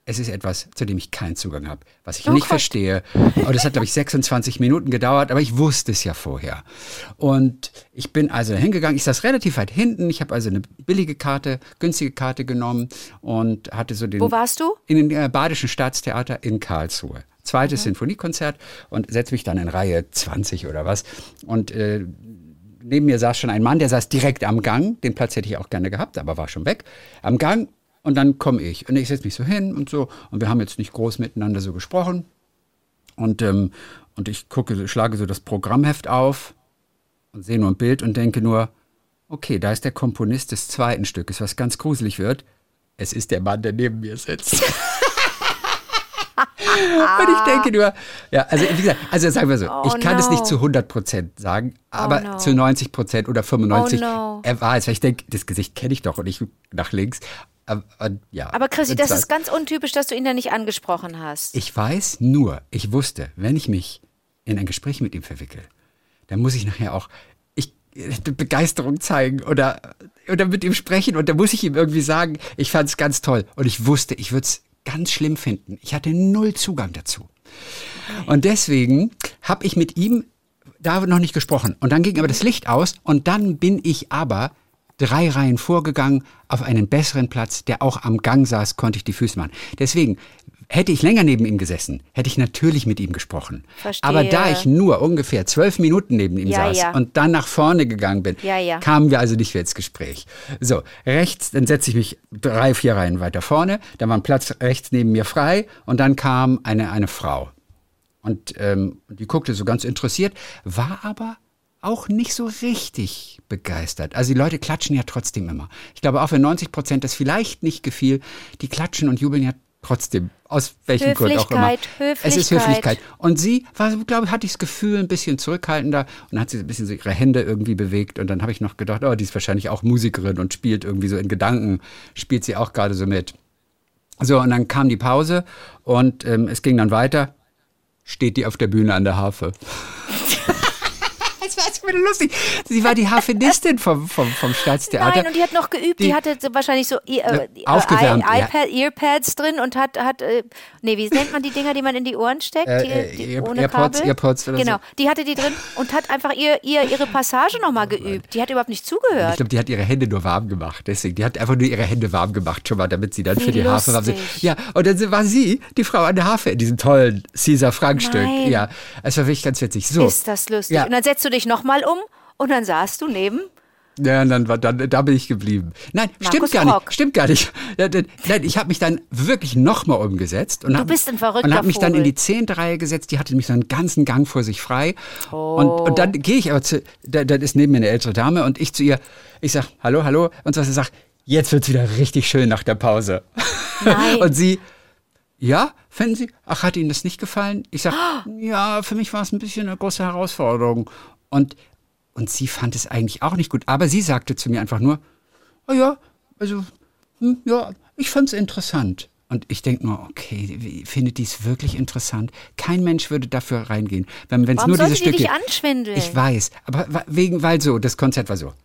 es ist etwas, zu dem ich keinen Zugang habe, was ich Oh nicht Gott. verstehe. Aber das hat, glaube ich, sechsundzwanzig Minuten gedauert, aber ich wusste es ja vorher. Und ich bin also hingegangen, ich saß relativ weit hinten, ich habe also eine billige Karte, günstige Karte genommen und hatte so den... Wo warst du? In dem äh, Badischen Staatstheater in Karlsruhe. Zweites mhm. Sinfoniekonzert und setze mich dann in Reihe zwanzig oder was. Und äh, neben mir saß schon ein Mann, der saß direkt am Gang. Den Platz hätte ich auch gerne gehabt, aber war schon weg. Am Gang. Und dann komme ich und ich setze mich so hin und so und wir haben jetzt nicht groß miteinander so gesprochen und, ähm, und ich gucke, schlage so das Programmheft auf und sehe nur ein Bild und denke nur, okay, da ist der Komponist des zweiten Stückes, was ganz gruselig wird. Es ist der Mann, der neben mir sitzt. Und ich denke nur, ja, also wie gesagt, also sagen wir so, Oh ich kann no. es nicht zu hundert Prozent sagen, aber no. zu neunzig Prozent oder fünfundneunzig Oh no. er war es, weil ich denke, das Gesicht kenne ich doch und ich nach links. Aber, ja. Aber Chrissy, Und das zwar- ist ganz untypisch, dass du ihn da nicht angesprochen hast. Ich weiß nur, ich wusste, wenn ich mich in ein Gespräch mit ihm verwickel, dann muss ich nachher auch ich, Begeisterung zeigen oder, oder mit ihm sprechen und dann muss ich ihm irgendwie sagen, ich fand es ganz toll und ich wusste, ich würde es ganz schlimm finden. Ich hatte null Zugang dazu. Und deswegen habe ich mit ihm da noch nicht gesprochen. Und dann ging aber das Licht aus und dann bin ich aber drei Reihen vorgegangen auf einen besseren Platz, der auch am Gang saß, konnte ich die Füße machen. Deswegen, hätte ich länger neben ihm gesessen, hätte ich natürlich mit ihm gesprochen. Verstehe. Aber da ich nur ungefähr zwölf Minuten neben ihm Ja, saß ja. und dann nach vorne gegangen bin, Ja, ja. kamen wir also nicht mehr ins Gespräch. So, rechts, dann setze ich mich drei, vier Reihen weiter vorne, dann war ein Platz rechts neben mir frei und dann kam eine, eine Frau. Und ähm, die guckte so ganz interessiert, war aber auch nicht so richtig begeistert. Also die Leute klatschen ja trotzdem immer. Ich glaube, auch wenn neunzig Prozent das vielleicht nicht gefiel, die klatschen und jubeln ja trotzdem. Aus welchem Grund auch immer. Höflichkeit, Es ist Höflichkeit. Höflichkeit. Und sie war, glaube ich, hatte ich das Gefühl, ein bisschen zurückhaltender und dann hat sie ein bisschen so ihre Hände irgendwie bewegt und dann habe ich noch gedacht, oh, die ist wahrscheinlich auch Musikerin und spielt irgendwie so in Gedanken, spielt sie auch gerade so mit. So, und dann kam die Pause und ähm, es ging dann weiter. Steht die auf der Bühne an der Harfe. Das war jetzt wieder lustig. Sie war die Harfenistin vom, vom, vom Staatstheater. Nein, und die hat noch geübt. Die, Die- hatte so wahrscheinlich so äh, Ja, äh, aufgewärmt, I- ja. iPad, Earpads drin und hat, hat äh, nee, wie nennt man die Dinger, die man in die Ohren steckt? Äh, die, äh, die, Ear- ohne Airpods, Kabel? Earpods oder Genau, so. die hatte die drin und hat einfach ihr, ihr, ihre Passage nochmal geübt. Die hat überhaupt nicht Ich zugehört. glaube, die hat ihre Hände nur warm gemacht. Deswegen, die hat einfach nur ihre Hände warm gemacht, schon mal, damit sie dann Wie für die Harfe warm sind. lustig. Ja, und dann war sie die Frau an der Harfe in diesem tollen Caesar Frank-Stück. Nein. Ja, es war wirklich ganz witzig. So. Ist das lustig. Ja. Und dann setzt du dich nochmal um und dann saßt du neben. Ja, und dann war dann da bin ich geblieben. Nein, Markus stimmt gar Krock. nicht. Stimmt gar nicht. Ja, dann- Nein, ich habe mich dann wirklich nochmal umgesetzt und Du hab, bist ein verrückter und habe mich dann in Vogel. die zehnte Reihe gesetzt. Die hatte nämlich so einen ganzen Gang vor sich frei. Oh. Und, und dann gehe ich aber zu, da, da ist neben mir eine ältere Dame und ich zu ihr, ich sag hallo, hallo und so, sie sagt, jetzt wird's wieder richtig schön nach der Pause. Nein. Und sie, ja, finden Sie? Ach, hat Ihnen das nicht gefallen? Ich sag, ja, für mich war es ein bisschen eine große Herausforderung. Und Und sie fand es eigentlich auch nicht gut. Aber sie sagte zu mir einfach nur, oh ja, also, hm, ja, ich fand es interessant. Und ich denke nur, okay, wie, findet die es wirklich interessant? Kein Mensch würde dafür reingehen. Wenn es Warum nur sollte dieses die Stück dich gibt. anschwindeln? Ich weiß, aber wa- wegen, weil so, das Konzert war so.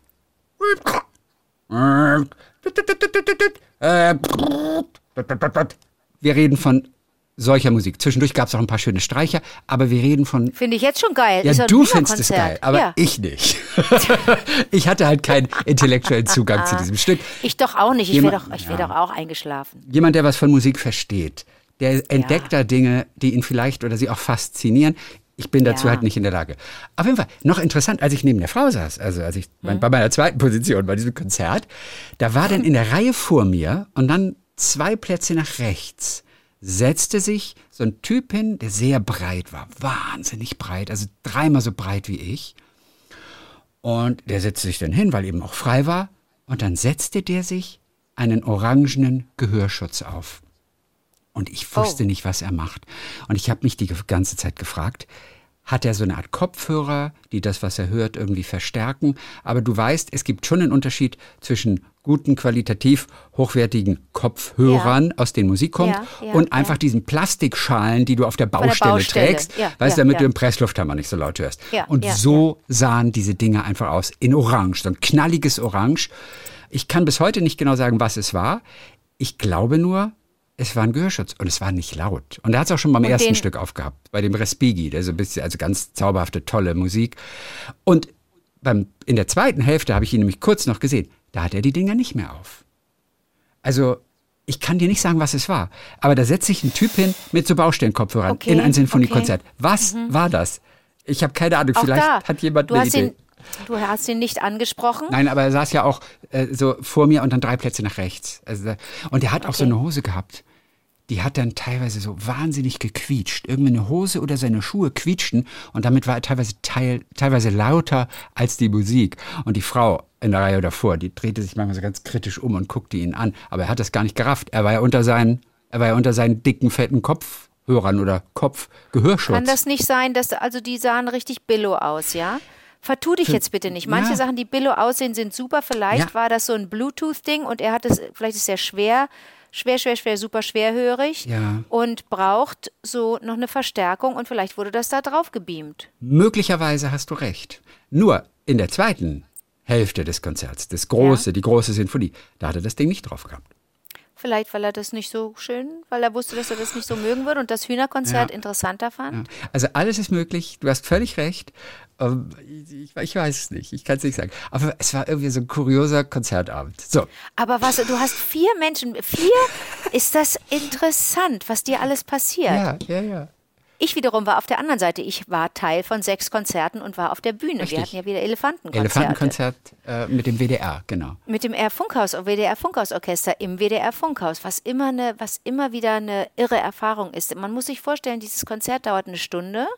Wir reden von solcher Musik. Zwischendurch gab es auch ein paar schöne Streicher, aber wir reden von Finde ich jetzt schon geil. ja, Ist ein du prima findest es Konzert. geil, aber ja. ich nicht. Ich hatte halt keinen intellektuellen Zugang zu diesem Stück. Ich doch auch nicht. Ich wäre Jemand- doch, ich wär ja. doch auch eingeschlafen. Jemand, der was von Musik versteht, der entdeckt da Dinge, die ihn vielleicht oder sie auch faszinieren. Ich bin dazu Ja. halt nicht in der Lage. Auf jeden Fall, noch interessant, als ich neben der Frau saß, also als ich Hm. bei meiner zweiten Position bei diesem Konzert, da war dann in der Reihe vor mir und dann zwei Plätze nach rechts setzte sich so ein Typ hin, der sehr breit war, wahnsinnig breit, also dreimal so breit wie ich. Und der setzte sich dann hin, weil eben auch frei war. Und dann setzte der sich einen orangenen Gehörschutz auf. Und ich wusste Oh. nicht, was er macht. Und ich habe mich die ganze Zeit gefragt, hat er so eine Art Kopfhörer, die das, was er hört, irgendwie verstärken? Aber du weißt, es gibt schon einen Unterschied zwischen guten, qualitativ hochwertigen Kopfhörern, aus denen Musik kommt, Ja, ja, und ja. einfach diesen Plastikschalen, die du auf der der Baustelle, Baustelle. trägst, Ja, weißt du, ja, damit ja. du im Presslufthammer nicht so laut hörst. Ja, und ja, so sahen diese Dinge einfach aus, in Orange, so ein knalliges Orange. Ich kann bis heute nicht genau sagen, was es war. Ich glaube nur, es war ein Gehörschutz und es war nicht laut. Und er hat es auch schon beim Und ersten den- Stück aufgehabt, bei dem Respighi, der so ein bisschen, also ganz zauberhafte, tolle Musik. Und beim, in der zweiten Hälfte habe ich ihn nämlich kurz noch gesehen, da hat er die Dinger nicht mehr auf. Also, ich kann dir nicht sagen, was es war, aber da setzt sich ein Typ hin mit so Baustellenkopfhörern Okay, in ein Sinfoniekonzert. Was Mhm. war das? Ich habe keine Ahnung, Auch vielleicht da, hat jemand du eine hast Idee. ihn, du hast ihn nicht angesprochen. Nein, aber er saß ja auch äh, so vor mir und dann drei Plätze nach rechts. Also, da- und er hat auch so Okay. eine Hose gehabt. Die hat dann teilweise so wahnsinnig gequietscht. Irgendwie eine Hose oder seine Schuhe quietschten und damit war er teilweise, teil, teilweise lauter als die Musik. Und die Frau in der Reihe davor, die drehte sich manchmal so ganz kritisch um und guckte ihn an. Aber er hat das gar nicht gerafft. Er war ja unter seinen, er war ja unter seinen dicken, fetten Kopfhörern oder Kopfgehörschutz. Kann das nicht sein, dass also die sahen richtig billo aus, ja? Vertu dich jetzt bitte nicht. Manche Ja. Sachen, die billo aussehen, sind super. Vielleicht Ja. war das so ein Bluetooth-Ding und er hat es, vielleicht ist er schwer, schwer, schwer, schwer, super schwerhörig Ja. und braucht so noch eine Verstärkung und vielleicht wurde das da drauf gebeamt. Möglicherweise hast du recht. Nur in der zweiten Hälfte des Konzerts, das große, Ja. die große Sinfonie, da hat er das Ding nicht drauf gehabt. Vielleicht, weil er das nicht so schön, weil er wusste, dass er das nicht so mögen würde und das Hühnerkonzert Ja. interessanter fand. Ja. Also alles ist möglich, du hast völlig recht. Ähm, Ich, ich weiß es nicht, ich kann es nicht sagen. Aber es war irgendwie so ein kurioser Konzertabend. So, Aber was, du hast vier Menschen, vier, ist das interessant, was dir alles passiert. ja, ja, ja. Ich wiederum war auf der anderen Seite. Ich war Teil von sechs Konzerten und war auf der Bühne. Richtig. Wir hatten ja wieder Elefantenkonzerte. Elefantenkonzert äh, mit dem W D R, genau. Mit dem R Funkhaus, W D R Funkhausorchester im W D R Funkhaus, was immer eine, was immer wieder eine irre Erfahrung ist. Man muss sich vorstellen, dieses Konzert dauert eine Stunde.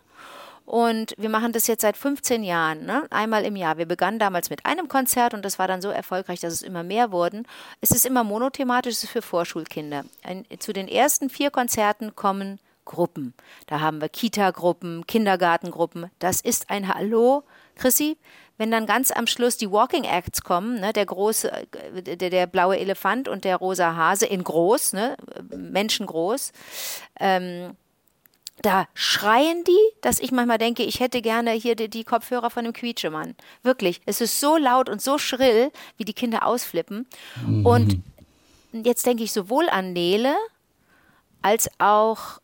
Und wir machen das jetzt seit fünfzehn Jahren, ne? Einmal im Jahr. Wir begannen damals mit einem Konzert und das war dann so erfolgreich, dass es immer mehr wurden. Es ist immer monothematisch, es ist für Vorschulkinder. Ein, zu den ersten vier Konzerten kommen Gruppen. Da haben wir Kita-Gruppen, Kindergartengruppen. Das ist ein Hallo, Chrissy. Wenn dann ganz am Schluss die Walking Acts kommen, ne, der große, äh, der, der blaue Elefant und der rosa Hase in groß, ne, menschengroß, ähm, da schreien die, dass ich manchmal denke, ich hätte gerne hier die, die Kopfhörer von dem Quietschemann. Wirklich, es ist so laut und so schrill, wie die Kinder ausflippen. Mhm. Und jetzt denke ich sowohl an Nele als auch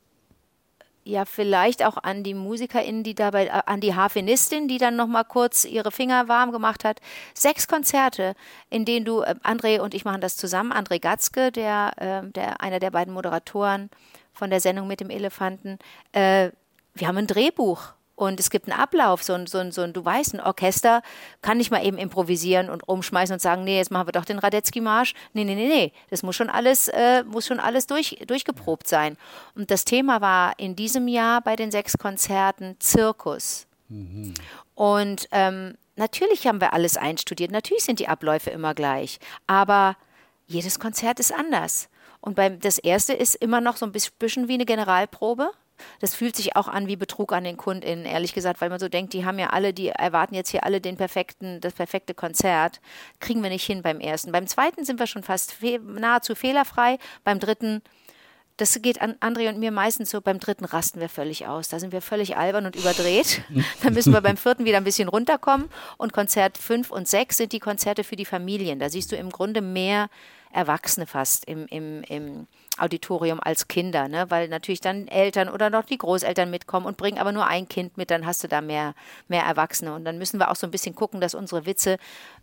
ja vielleicht auch an die MusikerInnen, die dabei, äh, an die Harfenistin, die dann noch mal kurz ihre Finger warm gemacht hat. Sechs Konzerte, in denen du, äh, André und ich machen das zusammen, André Gatzke, der, äh, der einer der beiden Moderatoren von der Sendung mit dem Elefanten, äh, wir haben ein Drehbuch. Und es gibt einen Ablauf, so ein, so ein, so ein, du weißt, ein Orchester kann nicht mal eben improvisieren und rumschmeißen und sagen, nee, jetzt machen wir doch den Radetzky-Marsch. Nee, nee, nee, nee, das muss schon alles, äh, muss schon alles durch, durchgeprobt sein. Und das Thema war in diesem Jahr bei den sechs Konzerten Zirkus. Mhm. Und ähm, natürlich haben wir alles einstudiert, natürlich sind die Abläufe immer gleich, aber jedes Konzert ist anders. Und beim, das erste ist immer noch so ein bisschen wie eine Generalprobe. Das fühlt sich auch an wie Betrug an den KundInnen, ehrlich gesagt, weil man so denkt, die haben ja alle, die erwarten jetzt hier alle den perfekten, das perfekte Konzert. Kriegen wir nicht hin beim ersten. Beim zweiten sind wir schon fast fe- nahezu fehlerfrei. Beim dritten, das geht an André und mir meistens so, beim dritten rasten wir völlig aus. Da sind wir völlig albern und überdreht. Dann müssen wir beim vierten wieder ein bisschen runterkommen. Und Konzert fünf und sechs sind die Konzerte für die Familien. Da siehst du im Grunde mehr Erwachsene fast im, im, im Auditorium als Kinder, ne? Weil natürlich dann Eltern oder noch die Großeltern mitkommen und bringen aber nur ein Kind mit, dann hast du da mehr, mehr Erwachsene. Und dann müssen wir auch so ein bisschen gucken, dass unsere Witze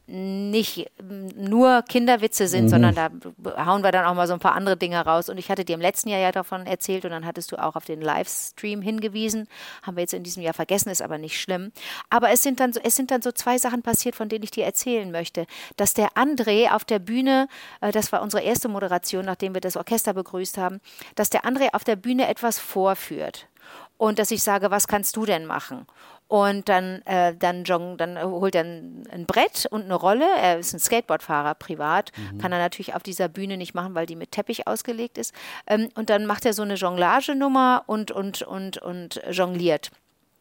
nicht nur Kinderwitze sind, mhm. sondern da hauen wir dann auch mal so ein paar andere Dinge raus. Und ich hatte dir im letzten Jahr ja davon erzählt und dann hattest du auch auf den Livestream hingewiesen. Haben wir jetzt in diesem Jahr vergessen, ist aber nicht schlimm. Aber es sind dann so, es sind dann so zwei Sachen passiert, von denen ich dir erzählen möchte. Dass der André auf der Bühne, das war unsere erste Moderation, nachdem wir das Orchester begrüßt haben, dass der André auf der Bühne etwas vorführt. Und dass ich sage, was kannst du denn machen? Und dann, äh, dann, John, dann holt er ein, ein Brett und eine Rolle. Er ist ein Skateboardfahrer privat. Mhm. Kann er natürlich auf dieser Bühne nicht machen, weil die mit Teppich ausgelegt ist. Ähm, und dann macht er so eine Jonglage-Nummer und, und, und, und jongliert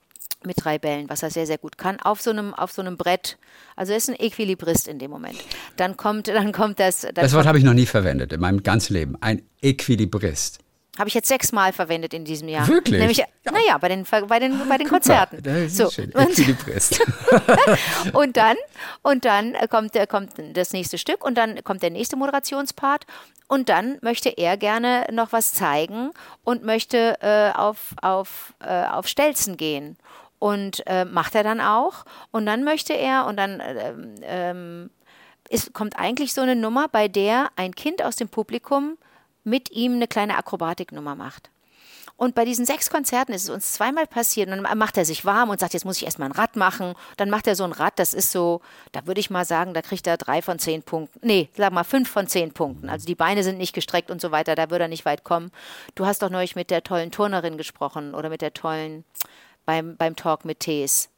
mit drei Bällen, was er sehr, sehr gut kann, auf so einem, auf so einem Brett. Also er ist ein Equilibrist in dem Moment. Dann kommt, dann kommt das... Dann das Wort habe ich noch nie verwendet in meinem ganzen Leben. Ein Equilibrist. Habe ich jetzt sechsmal verwendet in diesem Jahr. Wirklich? Nämlich, Ja. Naja, bei den, bei den, bei den Konzerten. Das ist So. schön. Und, Equilibrist. und dann, und dann kommt, äh, kommt das nächste Stück und dann kommt der nächste Moderationspart und dann möchte er gerne noch was zeigen und möchte äh, auf, auf, äh, auf Stelzen gehen. Und äh, macht er dann auch. Und dann möchte er, und dann ähm, ähm, ist, kommt eigentlich so eine Nummer, bei der ein Kind aus dem Publikum mit ihm eine kleine Akrobatiknummer macht. Und bei diesen sechs Konzerten ist es uns zweimal passiert. Und dann macht er sich warm und sagt, jetzt muss ich erstmal ein Rad machen. Dann macht er so ein Rad, das ist so, da würde ich mal sagen, da kriegt er drei von zehn Punkten. Nee, sag mal fünf von zehn Punkten. Also die Beine sind nicht gestreckt und so weiter, da würde er nicht weit kommen. Du hast doch neulich mit der tollen Turnerin gesprochen oder mit der tollen... Beim, beim Talk mit Tees.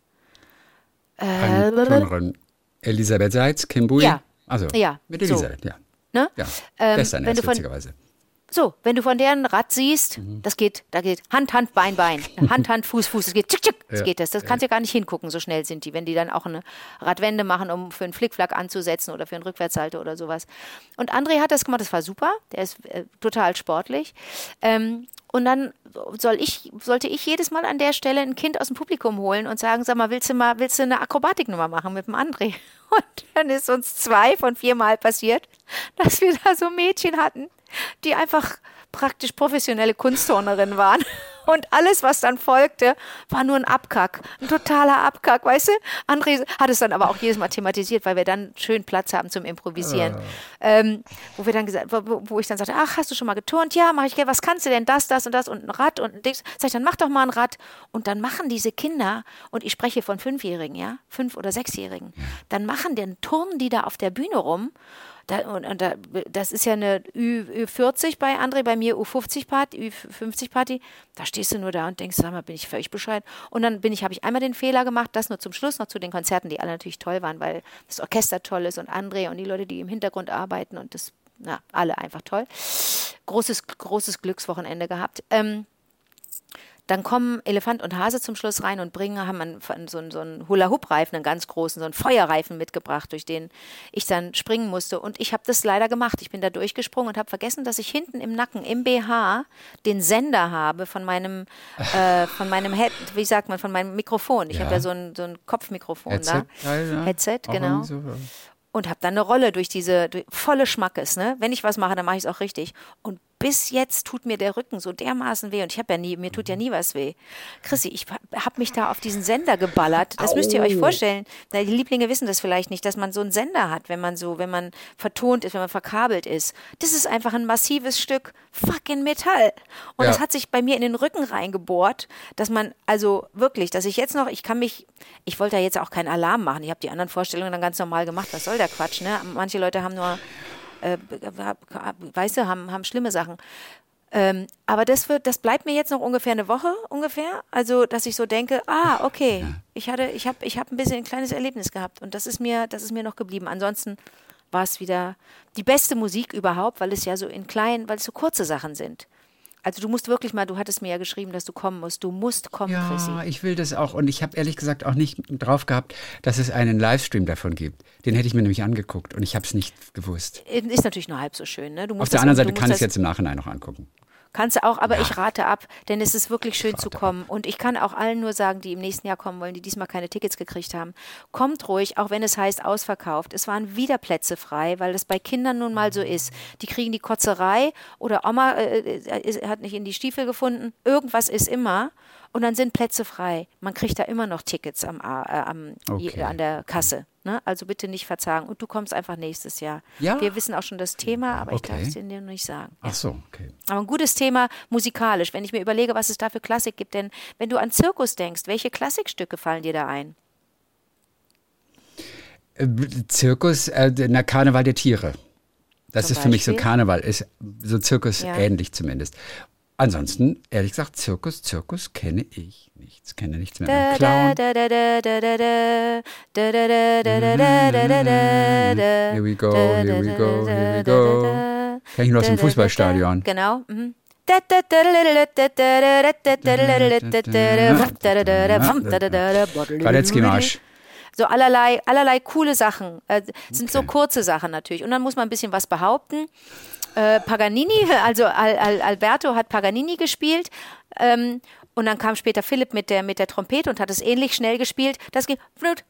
Eine Turnerin. Elisabeth Seitz, Kim Bui. Ja. Also, Ja, mit Elisabeth, so. ja. Ne? Ja, Ähm, gestern wenn erst, du von- witzigerweise. So, wenn du von deren Rad siehst, Mhm. das geht, da geht Hand, Hand, Bein, Bein, Hand, Hand, Fuß, Fuß, das geht, tschick, tschick, das Ja, geht das. Das kannst du ja gar nicht hingucken, so schnell sind die, wenn die dann auch eine Radwende machen, um für einen Flickflack anzusetzen oder für einen Rückwärtssalto oder sowas. Und André hat das gemacht, das war super, der ist äh, total sportlich. Ähm, und dann soll ich, sollte ich jedes Mal an der Stelle ein Kind aus dem Publikum holen und sagen, sag mal, willst du mal, willst du eine Akrobatiknummer machen mit dem André? Und dann ist uns zwei von vier Mal passiert, dass wir da so Mädchen hatten, die einfach praktisch professionelle Kunstturnerinnen waren. Und alles, was dann folgte, war nur ein Abkack. Ein totaler Abkack, weißt du? André hat es dann aber auch jedes Mal thematisiert, weil wir dann schön Platz haben zum Improvisieren. Ähm, wo wir dann gesagt, wo, wo ich dann sagte, ach, hast du schon mal geturnt? Ja, mach ich gerne. Was kannst du denn? Das, das und das und ein Rad und ein Dings. Sag ich, dann mach doch mal ein Rad. Und dann machen diese Kinder, und ich spreche von Fünfjährigen, ja, Fünf- oder Sechsjährigen, dann machen den turnen die da auf der Bühne rum. Da, und, und da, das ist ja eine Ü vierzig bei André, bei mir U fünfzig Party, Ü fünfzig Party. Da stehst du nur da und denkst, sag mal, bin ich völlig bescheuert. Und dann bin ich, habe ich einmal den Fehler gemacht, das nur zum Schluss, noch zu den Konzerten, die alle natürlich toll waren, weil das Orchester toll ist und André und die Leute, die im Hintergrund arbeiten und das, na, alle einfach toll. Großes, großes Glückswochenende gehabt. Ähm, Dann kommen Elefant und Hase zum Schluss rein und bringen, haben einen, so einen, so einen Hula-Hoop-Reifen, einen ganz großen, so einen Feuerreifen mitgebracht, durch den ich dann springen musste. Und ich habe das leider gemacht. Ich bin da durchgesprungen und habe vergessen, dass ich hinten im Nacken, im B H, den Sender habe von meinem, äh, von meinem Head, wie sagt man, von meinem Mikrofon. Ich Ja. habe ja so ein, so ein Kopfmikrofon Headset, da. ja, ja. Headset, Auch genau. irgendwie so, ja. Und habe dann eine Rolle durch diese, durch, volle Schmackes, ne? Wenn ich was mache, dann mache ich es auch richtig. Und bis jetzt tut mir der Rücken so dermaßen weh und ich habe ja nie, mir tut ja nie was weh. Chrissy, ich habe mich da auf diesen Sender geballert. Das Au. müsst ihr euch vorstellen. Die Lieblinge wissen das vielleicht nicht, dass man so einen Sender hat, wenn man so, wenn man vertont ist, wenn man verkabelt ist. Das ist einfach ein massives Stück fucking Metall. Und Ja. das hat sich bei mir in den Rücken reingebohrt, dass man, also wirklich, dass ich jetzt noch, ich kann mich, ich wollte da jetzt auch keinen Alarm machen. Ich habe die anderen Vorstellungen dann ganz normal gemacht. Was soll der Quatsch, ne? Manche Leute haben nur Äh, weißt du, haben, haben schlimme Sachen. Ähm, aber das wird, das bleibt mir jetzt noch ungefähr eine Woche ungefähr. Also, dass ich so denke, ah, okay, ich hatte, ich habe, ich habe ein bisschen ein kleines Erlebnis gehabt und das ist mir, das ist mir noch geblieben. Ansonsten war es wieder die beste Musik überhaupt, weil es ja so in kleinen, weil es so kurze Sachen sind. Also du musst wirklich mal, du hattest mir ja geschrieben, dass du kommen musst. Du musst kommen, Ja, Chrissy. ich will das auch. Und ich habe ehrlich gesagt auch nicht drauf gehabt, dass es einen Livestream davon gibt. Den hätte ich mir nämlich angeguckt und ich habe es nicht gewusst. Ist natürlich nur halb so schön, ne? Du musst Auf der das- anderen du Seite musst kann ich es das- jetzt im Nachhinein noch angucken. Kannst du auch, aber Ja. ich rate ab, denn es ist wirklich schön zu rate kommen. Und ich kann auch allen nur sagen, die im nächsten Jahr kommen wollen, die diesmal keine Tickets gekriegt haben, kommt ruhig, auch wenn es heißt ausverkauft. Es waren wieder Plätze frei, weil das bei Kindern nun mal so ist. Die kriegen die Kotzerei oder Oma äh, äh, hat nicht in die Stiefel gefunden. Irgendwas ist immer. Und dann sind Plätze frei. Man kriegt da immer noch Tickets am, äh, am, Okay. an der Kasse. Ne? Also bitte nicht verzagen. Und du kommst einfach nächstes Jahr. Ja. Wir wissen auch schon das Thema, aber ich Okay. darf es dir noch nicht sagen. Ach so, okay. Aber ein gutes Thema musikalisch, wenn ich mir überlege, was es da für Klassik gibt. Denn wenn du an Zirkus denkst, welche Klassikstücke fallen dir da ein? Äh, Zirkus, äh, na, Karneval der Tiere. Das Zum ist für mich so Beispiel? Karneval, ist so Zirkus Ja. ähnlich zumindest. Ansonsten, ehrlich gesagt, Zirkus, Zirkus kenne ich nichts. Kenne nichts mehr. Einen Clown. Here we go, here we go, here we go. Kenn ich nur aus dem Fußballstadion. Genau. Mhm. Radetzky-Marsch. So allerlei, allerlei coole Sachen. Äh, sind so kurze Sachen natürlich. Und dann muss man ein bisschen was behaupten. äh, Paganini, also Al, Al, Alberto hat Paganini gespielt. Ähm, und dann kam später Philipp mit der, mit der Trompete und hat es ähnlich schnell gespielt. Das ging.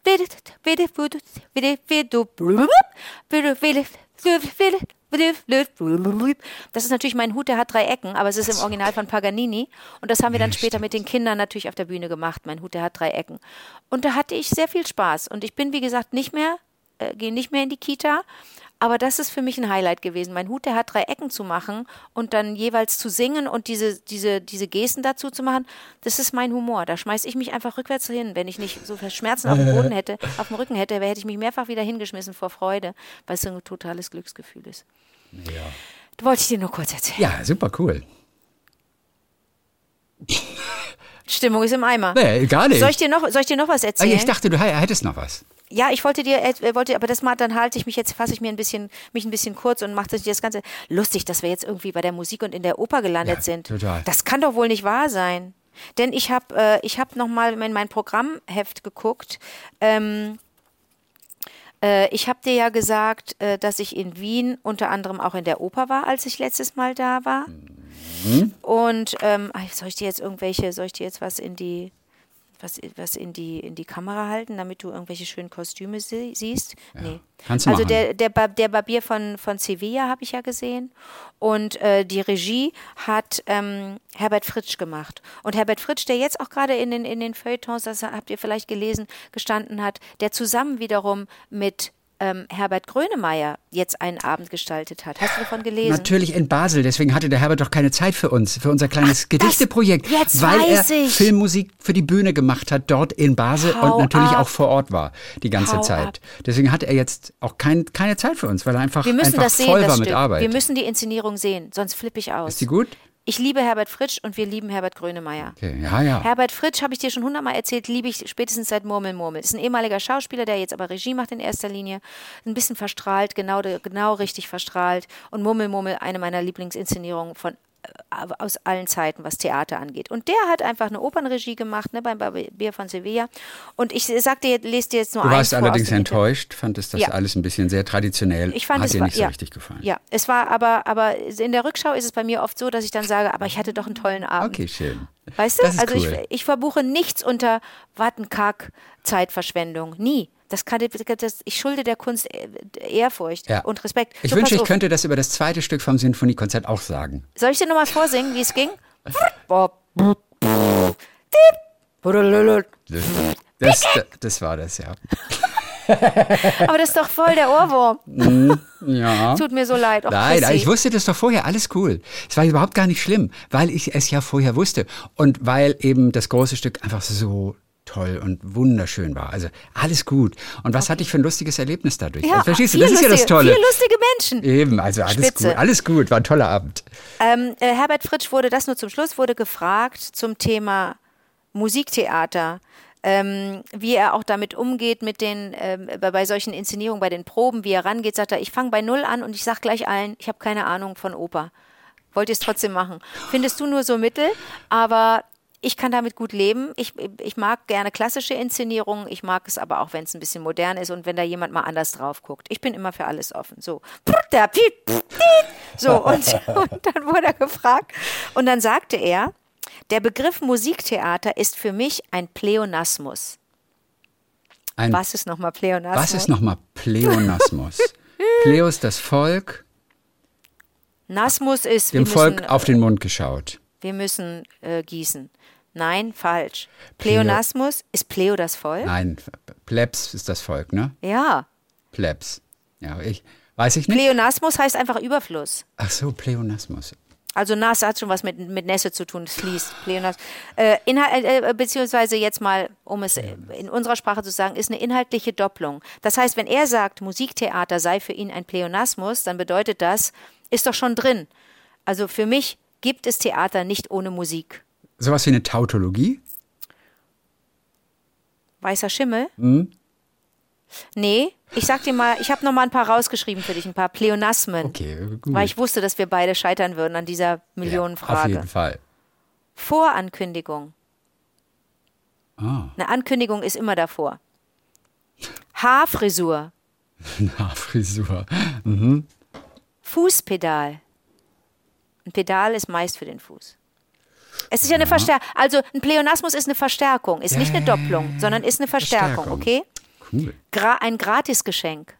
Das ist natürlich mein Hut, der hat drei Ecken, aber es ist im Original von Paganini. Und das haben wir dann später mit den Kindern natürlich auf der Bühne gemacht. Mein Hut, der hat drei Ecken. Und da hatte ich sehr viel Spaß. Und ich bin, wie gesagt, nicht mehr, äh, gehe nicht mehr in die Kita. Aber das ist für mich ein Highlight gewesen. Mein Hut, der hat drei Ecken zu machen und dann jeweils zu singen und diese, diese, diese Gesten dazu zu machen, das ist mein Humor. Da schmeiße ich mich einfach rückwärts hin. Wenn ich nicht so viel Schmerzen auf dem Boden hätte, auf dem Rücken hätte, hätte ich mich mehrfach wieder hingeschmissen vor Freude, weil es so ein totales Glücksgefühl ist. Ja. Das wollte ich dir nur kurz erzählen. Ja, super cool. Stimmung ist im Eimer. Nee, gar nicht. Soll ich dir noch, soll ich dir noch was erzählen? Ich dachte, du hättest noch was. Ja, ich wollte dir, äh, wollte, aber das mal, dann halte ich mich jetzt, fasse ich mir ein bisschen, mich ein bisschen kurz und mache das, das Ganze lustig, dass wir jetzt irgendwie bei der Musik und in der Oper gelandet Ja, sind. total. Das kann doch wohl nicht wahr sein. Denn ich habe, äh, ich habe nochmal in mein Programmheft geguckt. Ähm, äh, ich habe dir ja gesagt, äh, dass ich in Wien unter anderem auch in der Oper war, als ich letztes Mal da war. Mhm. Und ähm, soll ich dir jetzt irgendwelche, soll ich dir jetzt was in die Was, was in die in die Kamera halten, damit du irgendwelche schönen Kostüme sie, siehst. Ja, nee. kannst du also machen. der der, ba- der Barbier von von Sevilla habe ich ja gesehen und äh, die Regie hat ähm, Herbert Fritsch gemacht. Und Herbert Fritsch, der jetzt auch gerade in den in den Feuilletons, das habt ihr vielleicht gelesen, gestanden hat, der zusammen wiederum mit ähm, Herbert Grönemeyer jetzt einen Abend gestaltet hat. Hast du davon gelesen? Natürlich in Basel, deswegen hatte der Herbert doch keine Zeit für uns, für unser kleines Ach, Gedichteprojekt, das- jetzt weil weiß er ich. Filmmusik für die Bühne gemacht hat, dort in Basel Hau und natürlich ab. auch vor Ort war die ganze Hau Zeit. ab. Deswegen hatte er jetzt auch kein, keine Zeit für uns, weil er einfach, Wir müssen einfach das sehen, voll das war Stück. mit Arbeit. Wir müssen die Inszenierung sehen, sonst flippe ich aus. Ist die gut? Ich liebe Herbert Fritsch und wir lieben Herbert Grönemeyer. Okay, ja, ja. Herbert Fritsch, habe ich dir schon hundertmal erzählt, liebe ich spätestens seit Murmel Murmel. Ist ein ehemaliger Schauspieler, der jetzt aber Regie macht in erster Linie. Ein bisschen verstrahlt, genau, genau richtig verstrahlt. Und Murmel Murmel, eine meiner Lieblingsinszenierungen von aus allen Zeiten, was Theater angeht. Und der hat einfach eine Opernregie gemacht, ne, beim Barbier von Sevilla. Und ich sagte, lese dir jetzt nur Du eins warst vor allerdings aus dem Inter- enttäuscht, fandest das Ja. alles ein bisschen sehr traditionell. Ich fand, Hat es dir war, nicht so ja, richtig gefallen. Ja, es war aber, aber in der Rückschau ist es bei mir oft so, dass ich dann sage, aber ich hatte doch einen tollen Abend. Okay, schön. Weißt du? Das ist Also cool. ich, ich verbuche nichts unter Wattenkack, Zeitverschwendung. Nie. Das kann, das, ich schulde der Kunst Ehrfurcht Ja. und Respekt. Ich So, wünsche, pass ich auf. könnte das über das zweite Stück vom Sinfoniekonzert auch sagen. Soll ich dir nochmal vorsingen, wie es ging? Das, das, das war das, ja. Aber das ist doch voll der Ohrwurm. Ja. Tut mir so leid. Och, Nein, Chrissy. ich wusste das doch vorher, alles cool. Es war überhaupt gar nicht schlimm, weil ich es ja vorher wusste und weil eben das große Stück einfach so toll und wunderschön war. Also alles gut. Und was hatte ich für ein lustiges Erlebnis dadurch? Ja, Verstehst du? vier Das ist ja das lustige- Tolle. Vier lustige Menschen. Eben, also alles Spitze. gut, alles gut, war ein toller Abend. Ähm, äh, Herbert Fritsch wurde, das nur zum Schluss, wurde gefragt zum Thema Musiktheater, ähm, wie er auch damit umgeht mit den, ähm, bei, bei solchen Inszenierungen, bei den Proben, wie er rangeht, sagt er, ich fange bei Null an und ich sage gleich allen, ich habe keine Ahnung von Oper. Wollt ihr es trotzdem machen? Findest du nur so mittel, aber ich kann damit gut leben. Ich, ich mag gerne klassische Inszenierungen. Ich mag es aber auch, wenn es ein bisschen modern ist und wenn da jemand mal anders drauf guckt. Ich bin immer für alles offen. So, so und, und dann wurde er gefragt. Und dann sagte er, der Begriff Musiktheater ist für mich ein Pleonasmus. Ein, Was ist nochmal Pleonasmus? was ist nochmal Pleonasmus? Pleos, das Volk, Nasmus ist, dem wir Volk müssen, auf den Mund geschaut. wir müssen äh, gießen. Nein, falsch. Pleonasmus, ist Pleo das Volk? Nein, Plebs ist das Volk, ne? Ja. Plebs. Ja, ich weiß ich nicht. Pleonasmus heißt einfach Überfluss. Ach so, Pleonasmus. Also Nas hat schon was mit, mit Nässe zu tun, es fließt. Pleonas. Äh, Inhalt, äh, beziehungsweise jetzt mal, um es in unserer Sprache zu sagen, ist eine inhaltliche Doppelung. Das heißt, wenn er sagt, Musiktheater sei für ihn ein Pleonasmus, dann bedeutet das, ist doch schon drin. Also für mich gibt es Theater nicht ohne Musik. Sowas wie eine Tautologie? Weißer Schimmel? Hm? Nee, ich sag dir mal, ich habe noch mal ein paar rausgeschrieben für dich, ein paar Pleonasmen. Okay, gut. Weil ich wusste, dass wir beide scheitern würden an dieser ja, auf Millionenfrage. jeden Fall. Vorankündigung. Ah, Eine Ankündigung ist immer davor. Haarfrisur. Haarfrisur. Fußpedal. Ein Pedal ist meist für den Fuß. Es ist ja eine Verstärkung. Also ein Pleonasmus ist eine Verstärkung, ist nicht eine Doppelung, sondern ist eine Verstärkung, Verstärkung. okay? Cool. Gra- ein Gratisgeschenk.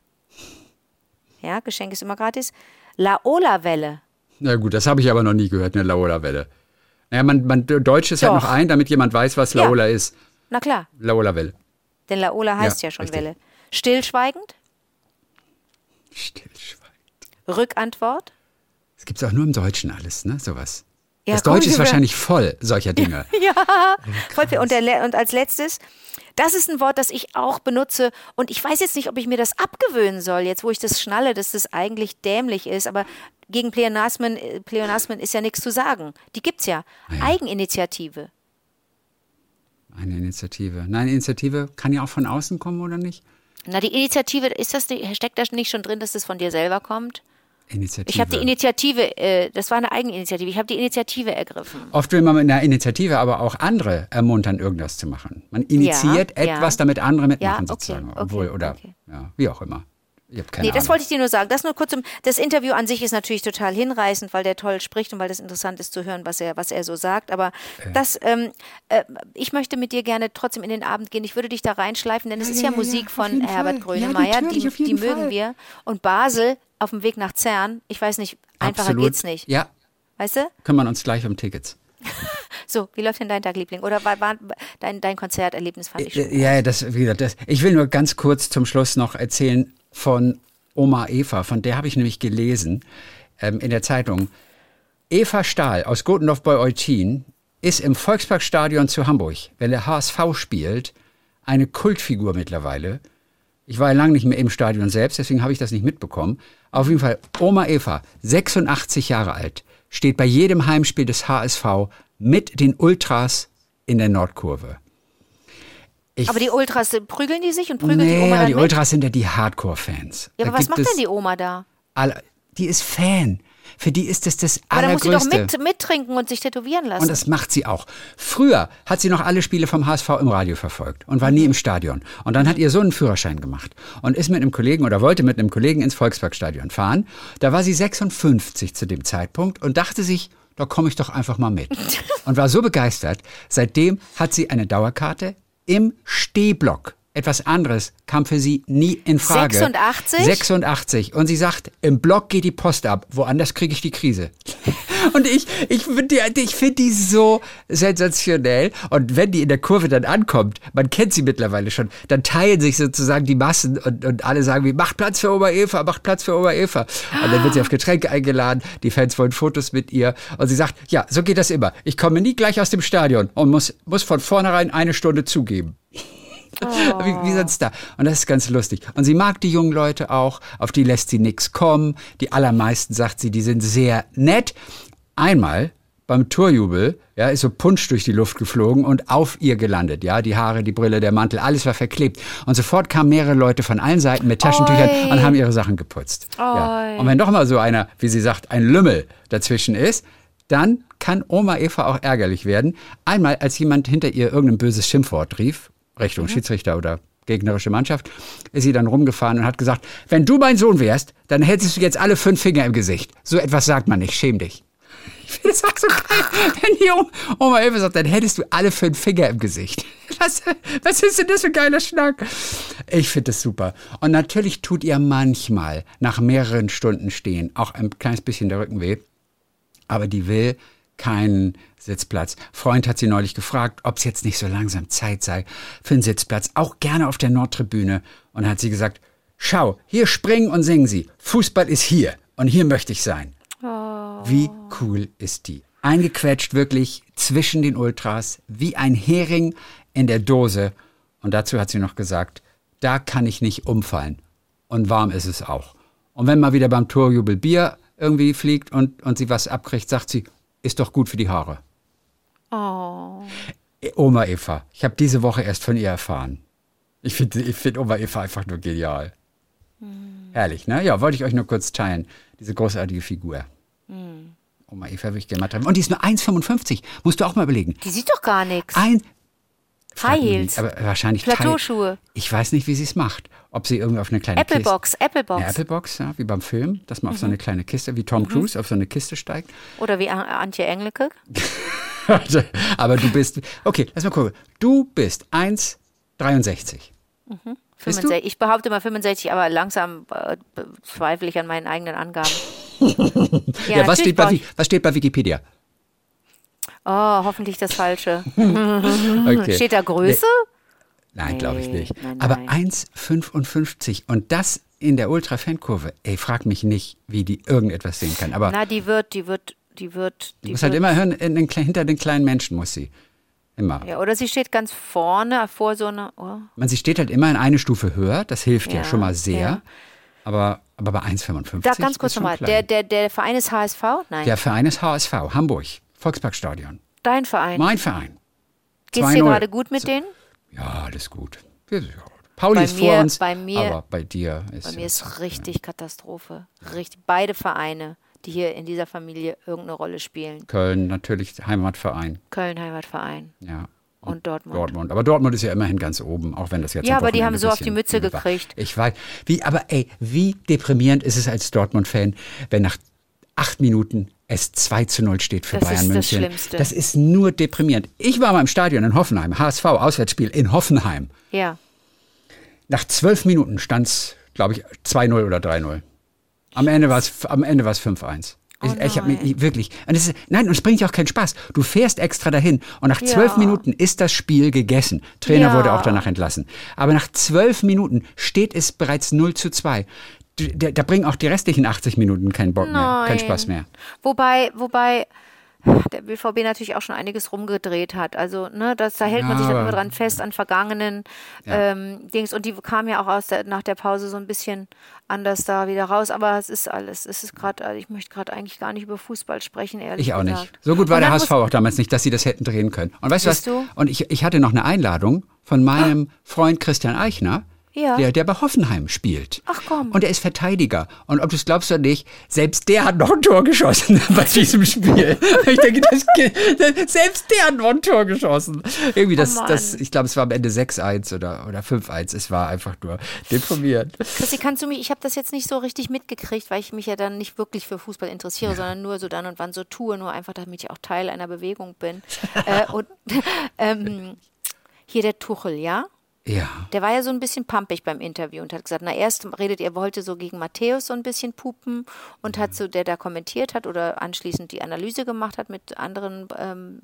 Ja, Geschenk ist immer gratis. Laola-Welle. Na gut, das habe ich aber noch nie gehört, eine Laola-Welle. Naja, man, man deutscht es Doch. halt noch ein, damit jemand weiß, was Ja. Laola ist. Na klar, Laola-Welle. denn Laola heißt Ja, ja, schon richtig. Welle. Stillschweigend. Stillschweigend. Rückantwort. Das gibt es auch nur im Deutschen alles, ne? Sowas. Ja, das komm, Deutsche ist wir- wahrscheinlich voll solcher Dinge. Ja, voll viel. Und, der, Le- und als letztes, das ist ein Wort, das ich auch benutze und ich weiß jetzt nicht, ob ich mir das abgewöhnen soll, jetzt wo ich das schnalle, dass das eigentlich dämlich ist, aber gegen Pleonasmen, äh, Pleonasmen ist ja nichts zu sagen. Die gibt's ja. ja. Eigeninitiative. Eine Initiative. Nein, Initiative kann ja auch von außen kommen, oder nicht? Na, die Initiative, ist das, nicht- steckt da nicht schon drin, dass das von dir selber kommt? Initiative. Ich habe die Initiative, äh, das war eine Eigeninitiative, ich habe die Initiative ergriffen. Oft will man mit einer Initiative aber auch andere ermuntern, irgendwas zu machen. Man initiiert Ja, etwas, ja. damit andere mitmachen, Ja, okay, sozusagen. okay, Obwohl, oder, okay. ja, wie auch immer. Ich habe keine Nee, Ahnung. das wollte ich dir nur sagen. Das nur kurz um, das Interview an sich ist natürlich total hinreißend, weil der toll spricht und weil das interessant ist zu hören, was er, was er so sagt. Aber das, ähm, äh, ich möchte mit dir gerne trotzdem in den Abend gehen. Ich würde dich da reinschleifen, denn es ist ja, ja, ja, Musik auf von jeden Herbert Fall. Ja, Grönemeyer. natürlich, die auf jeden die mögen Fall. wir. Und Basel auf dem Weg nach Zern. Ich weiß nicht, einfacher Absolut. geht's nicht. Ja, Weißt du? kümmern uns gleich um Tickets. So, wie läuft denn dein Tag, Liebling? Oder war, war dein, dein Konzerterlebnis fand ich schon. Ja, ja, das, wie gesagt, das, ich will nur ganz kurz zum Schluss noch erzählen von Oma Eva, von der habe ich nämlich gelesen ähm, in der Zeitung. Eva Stahl aus Gotendorf bei Eutin ist im Volksparkstadion zu Hamburg, wenn der H S V spielt, eine Kultfigur mittlerweile. Ich war ja lange nicht mehr im Stadion selbst, deswegen habe ich das nicht mitbekommen. Auf jeden Fall, Oma Eva, sechsundachtzig Jahre alt, steht bei jedem Heimspiel des H S V mit den Ultras in der Nordkurve. Ich Aber die Ultras, äh, prügeln die sich und prügeln die Nee, Oma dann die mit? Ultras sind ja die Hardcore-Fans. Ja, Da aber was gibt macht es denn die Oma da? alle, die ist Fan. Für die ist das das Aber da muss sie doch Allergrößte. mit, mittrinken und sich tätowieren lassen. Und das macht sie auch. Früher hat sie noch alle Spiele vom H S V im Radio verfolgt und war nie im Stadion. Und dann hat ihr Sohn einen Führerschein gemacht und ist mit einem Kollegen oder wollte mit einem Kollegen ins Volksparkstadion fahren. Da war sie sechsundfünfzig zu dem Zeitpunkt und dachte sich, da komme ich doch einfach mal mit. Und war so begeistert. Seitdem hat sie eine Dauerkarte im Stehblock. Etwas anderes kam für sie nie in Frage. sechsundachtzig? sechsundachtzig. Und sie sagt, im Block geht die Post ab, woanders kriege ich die Krise. Und ich, ich finde die, ich find die so sensationell. Und wenn die in der Kurve dann ankommt, man kennt sie mittlerweile schon, dann teilen sich sozusagen die Massen und, und alle sagen wie, macht Platz für Oma Eva, macht Platz für Oma Eva. Und dann wird sie auf Getränke eingeladen, die Fans wollen Fotos mit ihr. Und sie sagt, ja, so geht das immer. Ich komme nie gleich aus dem Stadion und muss, muss von vornherein eine Stunde zugeben. Oh. Wie, wie sonst da? Und das ist ganz lustig. Und sie mag die jungen Leute auch, auf die lässt sie nichts kommen. Die allermeisten, sagt sie, die sind sehr nett. Einmal beim Torjubel, ja, ist so Punsch durch die Luft geflogen und auf ihr gelandet. Ja, die Haare, die Brille, der Mantel, alles war verklebt. Und sofort kamen mehrere Leute von allen Seiten mit Taschentüchern Oi. und haben ihre Sachen geputzt. Ja. Und wenn doch mal so einer, wie sie sagt, ein Lümmel dazwischen ist, dann kann Oma Eva auch ärgerlich werden. Einmal, als jemand hinter ihr irgendein böses Schimpfwort rief, Richtung Schiedsrichter oder gegnerische Mannschaft, ist sie dann rumgefahren und hat gesagt, wenn du mein Sohn wärst, dann hättest du jetzt alle fünf Finger im Gesicht. So etwas sagt man nicht, schäm dich. Ich finde es auch so geil, wenn die Oma Eva sagt, dann hättest du alle fünf Finger im Gesicht. Was, was ist denn das für ein geiler Schnack? Ich finde das super. Und natürlich tut ihr manchmal nach mehreren Stunden stehen auch ein kleines bisschen der Rücken weh, aber die will keinen Sitzplatz. Freund hat sie neulich gefragt, ob es jetzt nicht so langsam Zeit sei für einen Sitzplatz, auch gerne auf der Nordtribüne. Und hat sie gesagt, schau, hier springen und singen sie. Fußball ist hier und hier möchte ich sein. Oh. Wie cool ist die? Eingequetscht wirklich zwischen den Ultras, wie ein Hering in der Dose. Und dazu hat sie noch gesagt, da kann ich nicht umfallen. Und warm ist es auch. Und wenn mal wieder beim Torjubel Bier irgendwie fliegt und, und sie was abkriegt, sagt sie, ist doch gut für die Haare. Oh. Oma Eva, ich habe diese Woche erst von ihr erfahren. Ich finde ich find Oma Eva einfach nur genial. Mm. Herrlich, ne? Ja, wollte ich euch nur kurz teilen. Diese großartige Figur. Mm. Oma Eva würde ich gerne mal treffen. Und die ist nur eins Komma fünfundfünfzig. Musst du auch mal überlegen. Die sieht doch gar nichts. Ein High Heels. Aber wahrscheinlich Plateauschuhe. Ich weiß nicht, wie sie es macht. ob sie irgendwie auf eine kleine Applebox, Kiste, Applebox. Eine Applebox, ja, wie beim Film, dass man mhm. auf so eine kleine Kiste, wie Tom mhm. Cruise auf so eine Kiste steigt. Oder wie Antje Engelke. Aber du bist, okay, lass mal gucken. Du bist eins Komma dreiundsechzig. Mhm. fünfundsechzig. Ich behaupte mal fünfundsechzig, aber langsam äh, zweifle ich an meinen eigenen Angaben. ja, ja was, steht bei, was steht bei Wikipedia? Oh, hoffentlich das Falsche. Okay. Steht da Größe? Nee. Nein, nee, glaube ich nicht. Nein, aber nein. eins Komma fünfundfünfzig und das in der Ultra-Fan-Kurve. Ey, frag mich nicht, wie die irgendetwas sehen kann. Aber Na, die wird, die wird, die wird. Die muss wird, halt immer hören, in den, hinter den kleinen Menschen muss sie. Immer. Ja, oder sie steht ganz vorne vor so einer. Oh. Man, sie steht halt immer in eine Stufe höher, das hilft ja, ja schon mal sehr. Ja. Aber, aber bei eins Komma fünfundfünfzig. Da ganz kurz nochmal. Der, der, der Verein ist H S V? Nein. Der Verein ist H S V, Hamburg, Volksparkstadion. Dein Verein? Mein Verein. Geht's dir gerade gut mit denen? Ja, alles gut. Pauli bei ist mir, vor uns, bei mir, aber bei dir ist Bei mir ist jetzt, richtig ja. Katastrophe. Richtig. Beide Vereine, die hier in dieser Familie irgendeine Rolle spielen. Köln, natürlich Heimatverein. Köln, Heimatverein. Ja. Und Dortmund. Dortmund. Aber Dortmund ist ja immerhin ganz oben, auch wenn das jetzt Ja, am aber die haben so ein auf die Mütze gekriegt. War. Ich weiß. Wie, aber ey, wie deprimierend ist es als Dortmund-Fan, wenn nach acht Minuten es zwei zu null steht für das Bayern ist München. Das Schlimmste. Das ist nur deprimierend. Ich war mal im Stadion in Hoffenheim, H S V, Auswärtsspiel in Hoffenheim. Ja. Nach zwölf Minuten stand es, glaube ich, zwei null oder drei null. Am Ende war es am Ende war es fünf eins. Oh ich ich habe mich wirklich. Und es ist, nein, und es bringt ja auch keinen Spaß. Du fährst extra dahin und nach zwölf ja. Minuten ist das Spiel gegessen. Trainer ja. wurde auch danach entlassen. Aber nach zwölf Minuten steht es bereits null zu zwei. Da, da bringen auch die restlichen achtzig Minuten keinen Bock nein. mehr, keinen Spaß mehr. Wobei, wobei der B V B natürlich auch schon einiges rumgedreht hat. Also, ne, das, da hält Ja, man sich dann aber- immer dran fest an vergangenen Ja. ähm, Dings. Und die kamen ja auch aus der, nach der Pause so ein bisschen anders da wieder raus. Aber es ist alles. Es ist gerade, also ich möchte gerade eigentlich gar nicht über Fußball sprechen, ehrlich Ich auch gesagt. nicht. So gut war Und der dann H S V auch damals nicht, dass sie das hätten drehen können. Und weißt du was? Siehst du? Und ich, ich hatte noch eine Einladung von meinem Freund Christian Eichner, Ja. der, der bei Hoffenheim spielt. Ach komm. Und er ist Verteidiger. Und ob du es glaubst oder nicht, selbst der hat noch ein Tor geschossen bei diesem Spiel. Ich denke, das, selbst der hat noch ein Tor geschossen. Irgendwie das, Oh Mann. das ich glaube, es war am Ende sechs eins oder, oder fünf eins. Es war einfach nur deprimierend. Christi, kannst du mich, ich habe das jetzt nicht so richtig mitgekriegt, weil ich mich ja dann nicht wirklich für Fußball interessiere, sondern nur so dann und wann so tue, nur einfach, damit ich auch Teil einer Bewegung bin. äh, und ähm, hier der Tuchel, ja? Ja. Der war ja so ein bisschen pampig beim Interview und hat gesagt, na erst redet, er wollte so gegen Matthäus so ein bisschen pupen und hat so, der da kommentiert hat oder anschließend die Analyse gemacht hat mit anderen ähm,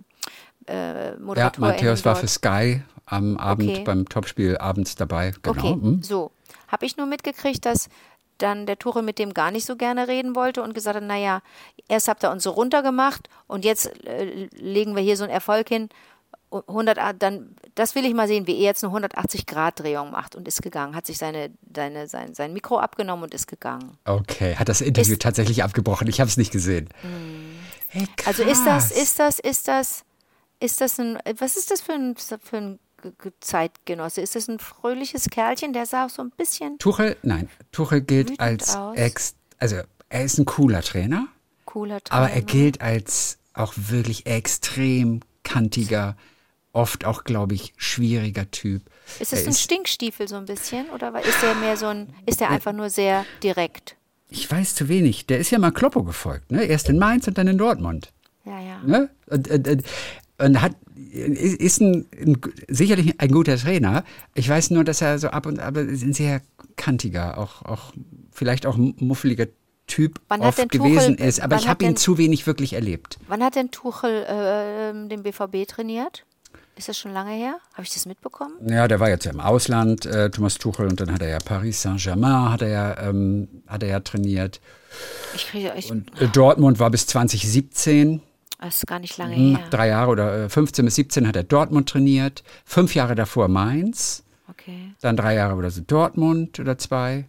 äh, Ja, Moderatoren. Matthäus war für Sky am Abend Okay. beim Topspiel abends dabei. Genau. Okay, Hm. so. Habe ich nur mitgekriegt, dass dann der Tuchel mit dem gar nicht so gerne reden wollte und gesagt hat, naja, erst habt ihr uns so runtergemacht und jetzt äh, legen wir hier so einen Erfolg hin. hundert, dann, das will ich mal sehen, wie er jetzt eine hundertachtzig-Grad-Drehung macht und ist gegangen, hat sich seine, seine, sein, sein Mikro abgenommen und ist gegangen. Okay, hat das Interview Ist- tatsächlich abgebrochen. Ich habe es nicht gesehen. Hey, Also ist das, krass. ist das, ist das, ist das ein, was ist das für ein, für ein G- G- Zeitgenosse? Ist das ein fröhliches Kerlchen, der sah auch so ein bisschen Tuchel, nein, Tuchel gilt Wütend als aus. ex, also er ist ein cooler Trainer, cooler Trainer? aber er gilt als auch wirklich extrem kantiger, oft auch, glaube ich, schwieriger Typ. Ist das Er ein Stinkstiefel so ein bisschen oder wa- ist der mehr so ein, ist der einfach nur sehr direkt? Ich weiß zu wenig. Der ist ja mal Kloppo gefolgt, ne? Erst in Mainz und dann in Dortmund. Ja, ja. Ne? Und, und, und, und hat, ist ein, ein, sicherlich ein guter Trainer. Ich weiß nur, dass er so ab und ab ein sehr kantiger, auch, auch vielleicht auch muffeliger Typ Wann hat oft denn gewesen Tuchel- ist. Aber wann ich hat habe ihn denn- zu wenig wirklich erlebt. Wann hat denn Tuchel äh, den B V B trainiert? Ist das schon lange her? Habe ich das mitbekommen? Ja, der war jetzt ja im Ausland, äh, Thomas Tuchel, und dann hat er ja Paris Saint-Germain, hat er ja, ähm, hat er ja trainiert. Ich kriege, ich, Und äh, Dortmund war bis zwanzig siebzehn. das ist gar nicht lange Hm, her. Drei Jahre oder äh, fünfzehn bis siebzehn hat er Dortmund trainiert. Fünf Jahre davor Mainz. Okay. Dann drei Jahre oder so Dortmund oder zwei.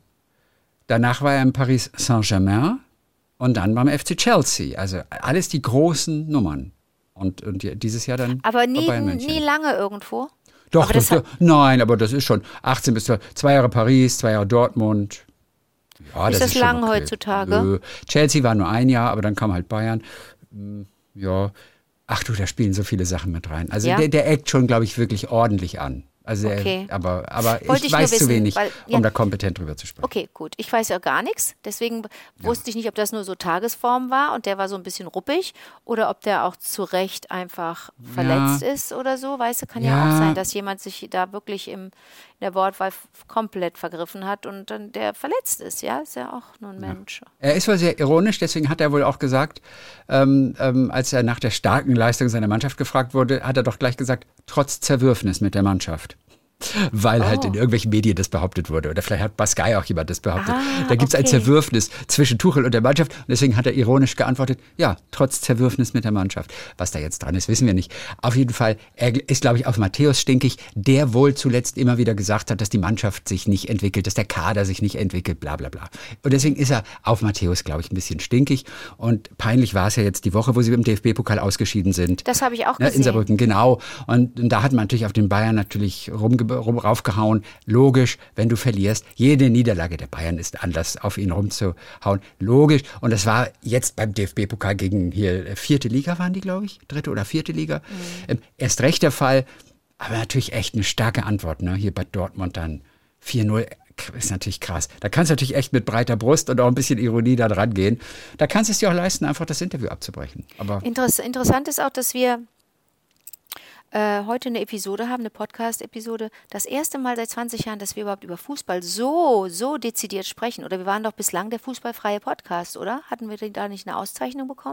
Danach war er in Paris Saint-Germain und dann beim F C Chelsea. Also alles die großen Nummern. Und, und die- dieses Jahr dann Aber bei nie, Bayern München. nie lange irgendwo. Doch, aber das, das hat- nein, aber das ist schon achtzehn bis zwei Jahre Paris, zwei Jahre Dortmund. Ja, Ist das schon lang okay. heutzutage? Nö. Chelsea war nur ein Jahr, aber dann kam halt Bayern. Hm, Ja, ach du, da spielen so viele Sachen mit rein. Also Ja? der, der eckt schon, glaube ich, wirklich ordentlich an. Also Okay. er, aber, aber Wollte ich ich nur weiß zu wissen, wenig, weil- ja. um da kompetent drüber zu sprechen. Okay, gut. Ich weiß ja gar nichts. Deswegen wusste ich nicht, ob das nur so Tagesform war und der war so ein bisschen ruppig oder ob der auch zu Recht einfach verletzt ist oder so. Weißt du, kann ja, Ja. auch sein, dass jemand sich da wirklich im, in der Wortwahl f- komplett vergriffen hat und dann der verletzt ist. Ja, ist ja auch nur ein Mensch. Er ist wohl sehr ironisch, deswegen hat er wohl auch gesagt, ähm, ähm, als er nach der starken Leistung seiner Mannschaft gefragt wurde, hat er doch gleich gesagt, trotz Zerwürfnis mit der Mannschaft. Weil halt Oh. in irgendwelchen Medien das behauptet wurde. Oder vielleicht hat Baskai auch jemand das behauptet. Ah, da gibt es ein okay. Zerwürfnis zwischen Tuchel und der Mannschaft. Und deswegen hat er ironisch geantwortet, ja, trotz Zerwürfnis mit der Mannschaft. Was da jetzt dran ist, wissen wir nicht. Auf jeden Fall, er ist, glaube ich, auf Matthäus stinkig, der wohl zuletzt immer wieder gesagt hat, dass die Mannschaft sich nicht entwickelt, dass der Kader sich nicht entwickelt, bla bla bla. Und deswegen ist er auf Matthäus, glaube ich, ein bisschen stinkig. Und peinlich war es ja jetzt die Woche, wo sie im D F B-Pokal ausgeschieden sind. Das habe ich auch Ne, gesehen. in Saarbrücken, genau. Und, und da hat man natürlich auf den Bayern natürlich rumge rum, raufgehauen. Logisch, wenn du verlierst. Jede Niederlage der Bayern ist Anlass, auf ihn rumzuhauen. Logisch. Und das war jetzt beim D F B-Pokal gegen hier äh, vierte Liga waren die, glaube ich. Dritte oder vierte Liga. Mhm. Ähm, erst recht der Fall. Aber natürlich echt eine starke Antwort. Ne? Hier bei Dortmund dann vier null. Ist natürlich krass. Da kannst du natürlich echt mit breiter Brust und auch ein bisschen Ironie da dran gehen. Da kannst du es dir auch leisten, einfach das Interview abzubrechen. Aber Interess interessant ist auch, dass wir äh, heute eine Episode haben, eine Podcast-Episode. Das erste Mal seit zwanzig Jahren, dass wir überhaupt über Fußball so, so dezidiert sprechen. Oder wir waren doch bislang der fußballfreie Podcast, oder? Hatten wir da nicht eine Auszeichnung bekommen?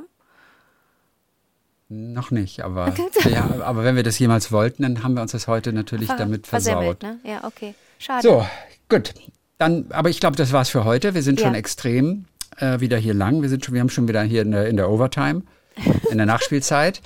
noch nicht, aber, ja, aber wenn wir das jemals wollten, dann haben wir uns das heute natürlich Ver damit versemmelt, versaut. ne? Ja, okay. Schade. So, gut. Dann, aber ich glaube, das war's für heute. Wir sind Ja. schon extrem äh, wieder hier lang. Wir sind schon, wir haben schon wieder hier in der, in der Overtime, in der Nachspielzeit.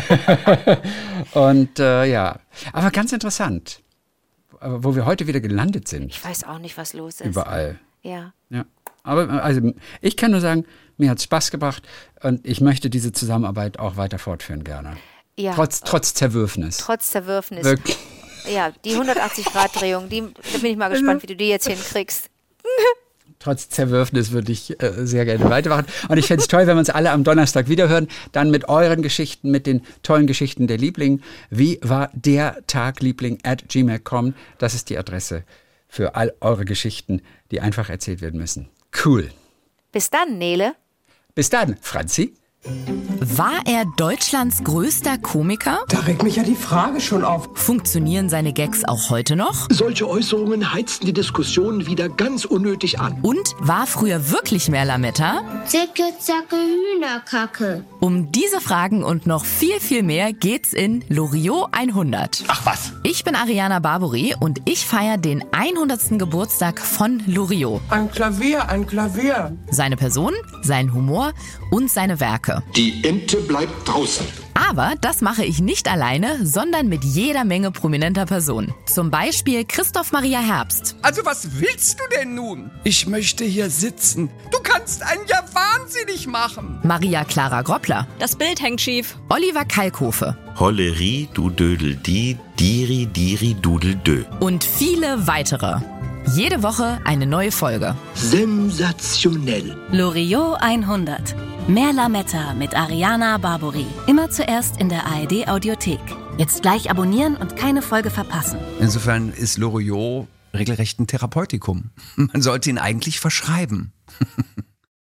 Und äh, ja, aber ganz interessant, aber wo wir heute wieder gelandet sind. Ich weiß auch nicht, was los ist. Überall. Ja. Ja. Aber also ich kann nur sagen, mir hat es Spaß gebracht und ich möchte diese Zusammenarbeit auch weiter fortführen gerne. Ja. Trotz, trotz Zerwürfnis. Trotz Zerwürfnis. Wirklich. Ja, die hundertachtzig Grad Drehung, die, da bin ich mal gespannt, wie du die jetzt hinkriegst. Trotz Zerwürfnis würde ich äh, sehr gerne weitermachen. Und ich fände es toll, wenn wir uns alle am Donnerstag wiederhören. Dann mit euren Geschichten, mit den tollen Geschichten der Liebling. Wie war der Tag, Liebling at gmail punkt com? Das ist die Adresse für all eure Geschichten, die einfach erzählt werden müssen. Cool. Bis dann, Nele. Bis dann, Franzi. War er Deutschlands größter Komiker? Da regt mich ja die Frage schon auf. Funktionieren seine Gags auch heute noch? Solche Äußerungen heizten die Diskussion wieder ganz unnötig an. Und war früher wirklich mehr Lametta? Zicke, zacke, Hühnerkacke. Um diese Fragen und noch viel, viel mehr geht's in Loriot hundert. Ach was. Ich bin Ariana Barbouri und ich feiere den hundertsten Geburtstag von Loriot. Ein Klavier, ein Klavier. Seine Person, sein Humor und seine Werke. Die Ente bleibt draußen. Aber das mache ich nicht alleine, sondern mit jeder Menge prominenter Personen. Zum Beispiel Christoph Maria Herbst. Also was willst du denn nun? Ich möchte hier sitzen. Du kannst einen ja wahnsinnig machen. Maria Clara Groppler. Das Bild hängt schief. Oliver Kalkofe. Holleri, du Dödel, die, Diri, Diri, Dudel, Dö. Und viele weitere. Jede Woche eine neue Folge. Sensationell. Loriot hundert. Mehr Lametta mit Ariana Barbouri. Immer zuerst in der A R D-Audiothek. Jetzt gleich abonnieren und keine Folge verpassen. Insofern ist Loriot regelrecht ein Therapeutikum. Man sollte ihn eigentlich verschreiben.